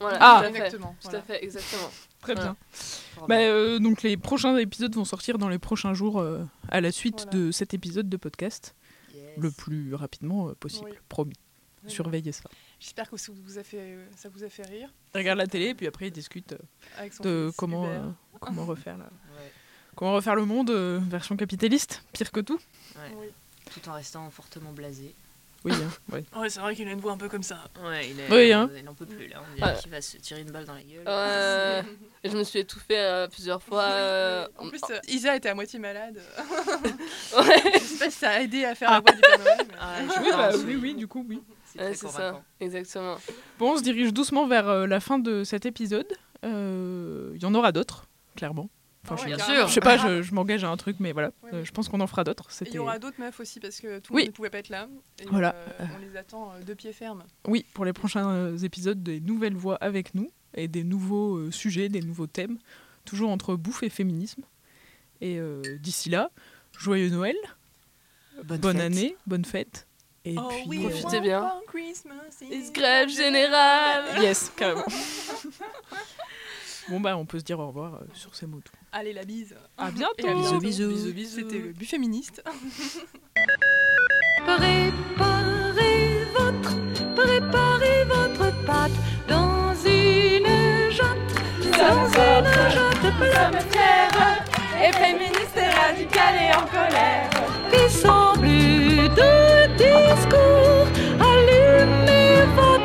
Voilà, Ah, exactement. Tout à fait, exactement. Très bien. Voilà. Donc les prochains épisodes vont sortir dans les prochains jours à la suite de cet épisode de podcast. Le plus rapidement possible, promis. Oui. Surveillez ça. J'espère que ça vous a fait rire. Regarde la télé et puis après ils discutent de fils, comment refaire comment refaire le monde version capitaliste, pire que tout. Ouais. Oui. Tout en restant fortement blasé. Oui, ouais. Ouais, c'est vrai qu'il a une voix un peu comme ça. Ouais, il n'en peut plus là. On dirait qu'il va se tirer une balle dans la gueule. Je me suis étouffée plusieurs fois. En plus, Isa était à moitié malade. Ouais. Je sais pas si ça a aidé à faire la voix du Père Noël. Mais... Oui, du coup, oui. C'est ça, exactement. Bon, on se dirige doucement vers la fin de cet épisode. Il y en aura d'autres, clairement. Enfin, bien sûr. Je sais pas, je m'engage à un truc, mais voilà. Je pense qu'on en fera d'autres. Il y aura d'autres meufs aussi, parce que tout le monde ne pouvait pas être là. Et voilà. On les attend de pied ferme. Oui, pour les prochains épisodes, des nouvelles voix avec nous, et des nouveaux sujets, des nouveaux thèmes, toujours entre bouffe et féminisme. Et d'ici là, joyeux Noël, bonne année, bonne fête. Et puis, profitez bien. It's grève générale. Yes, carrément. Bon on peut se dire au revoir sur ces mots. Allez, la bise. À bientôt. Et à bientôt. Bisous. C'était le but féministe. Préparez votre pâte dans une jatte. Dans une jatte, nous sommes fiers et féministes et radicales et en colère. Puis sans plus de discours, allumez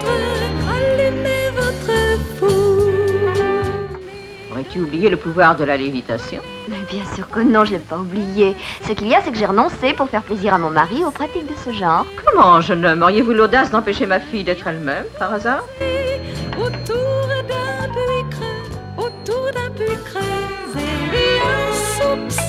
votre four. Aurais-tu oublié le pouvoir de la lévitation? Mais bien sûr que non, je l'ai pas oublié. Ce qu'il y a, c'est que j'ai renoncé pour faire plaisir à mon mari aux pratiques de ce genre. Comment, jeune homme, auriez-vous l'audace d'empêcher ma fille d'être elle-même, par hasard? Autour d'un puits creux, et un soupçon.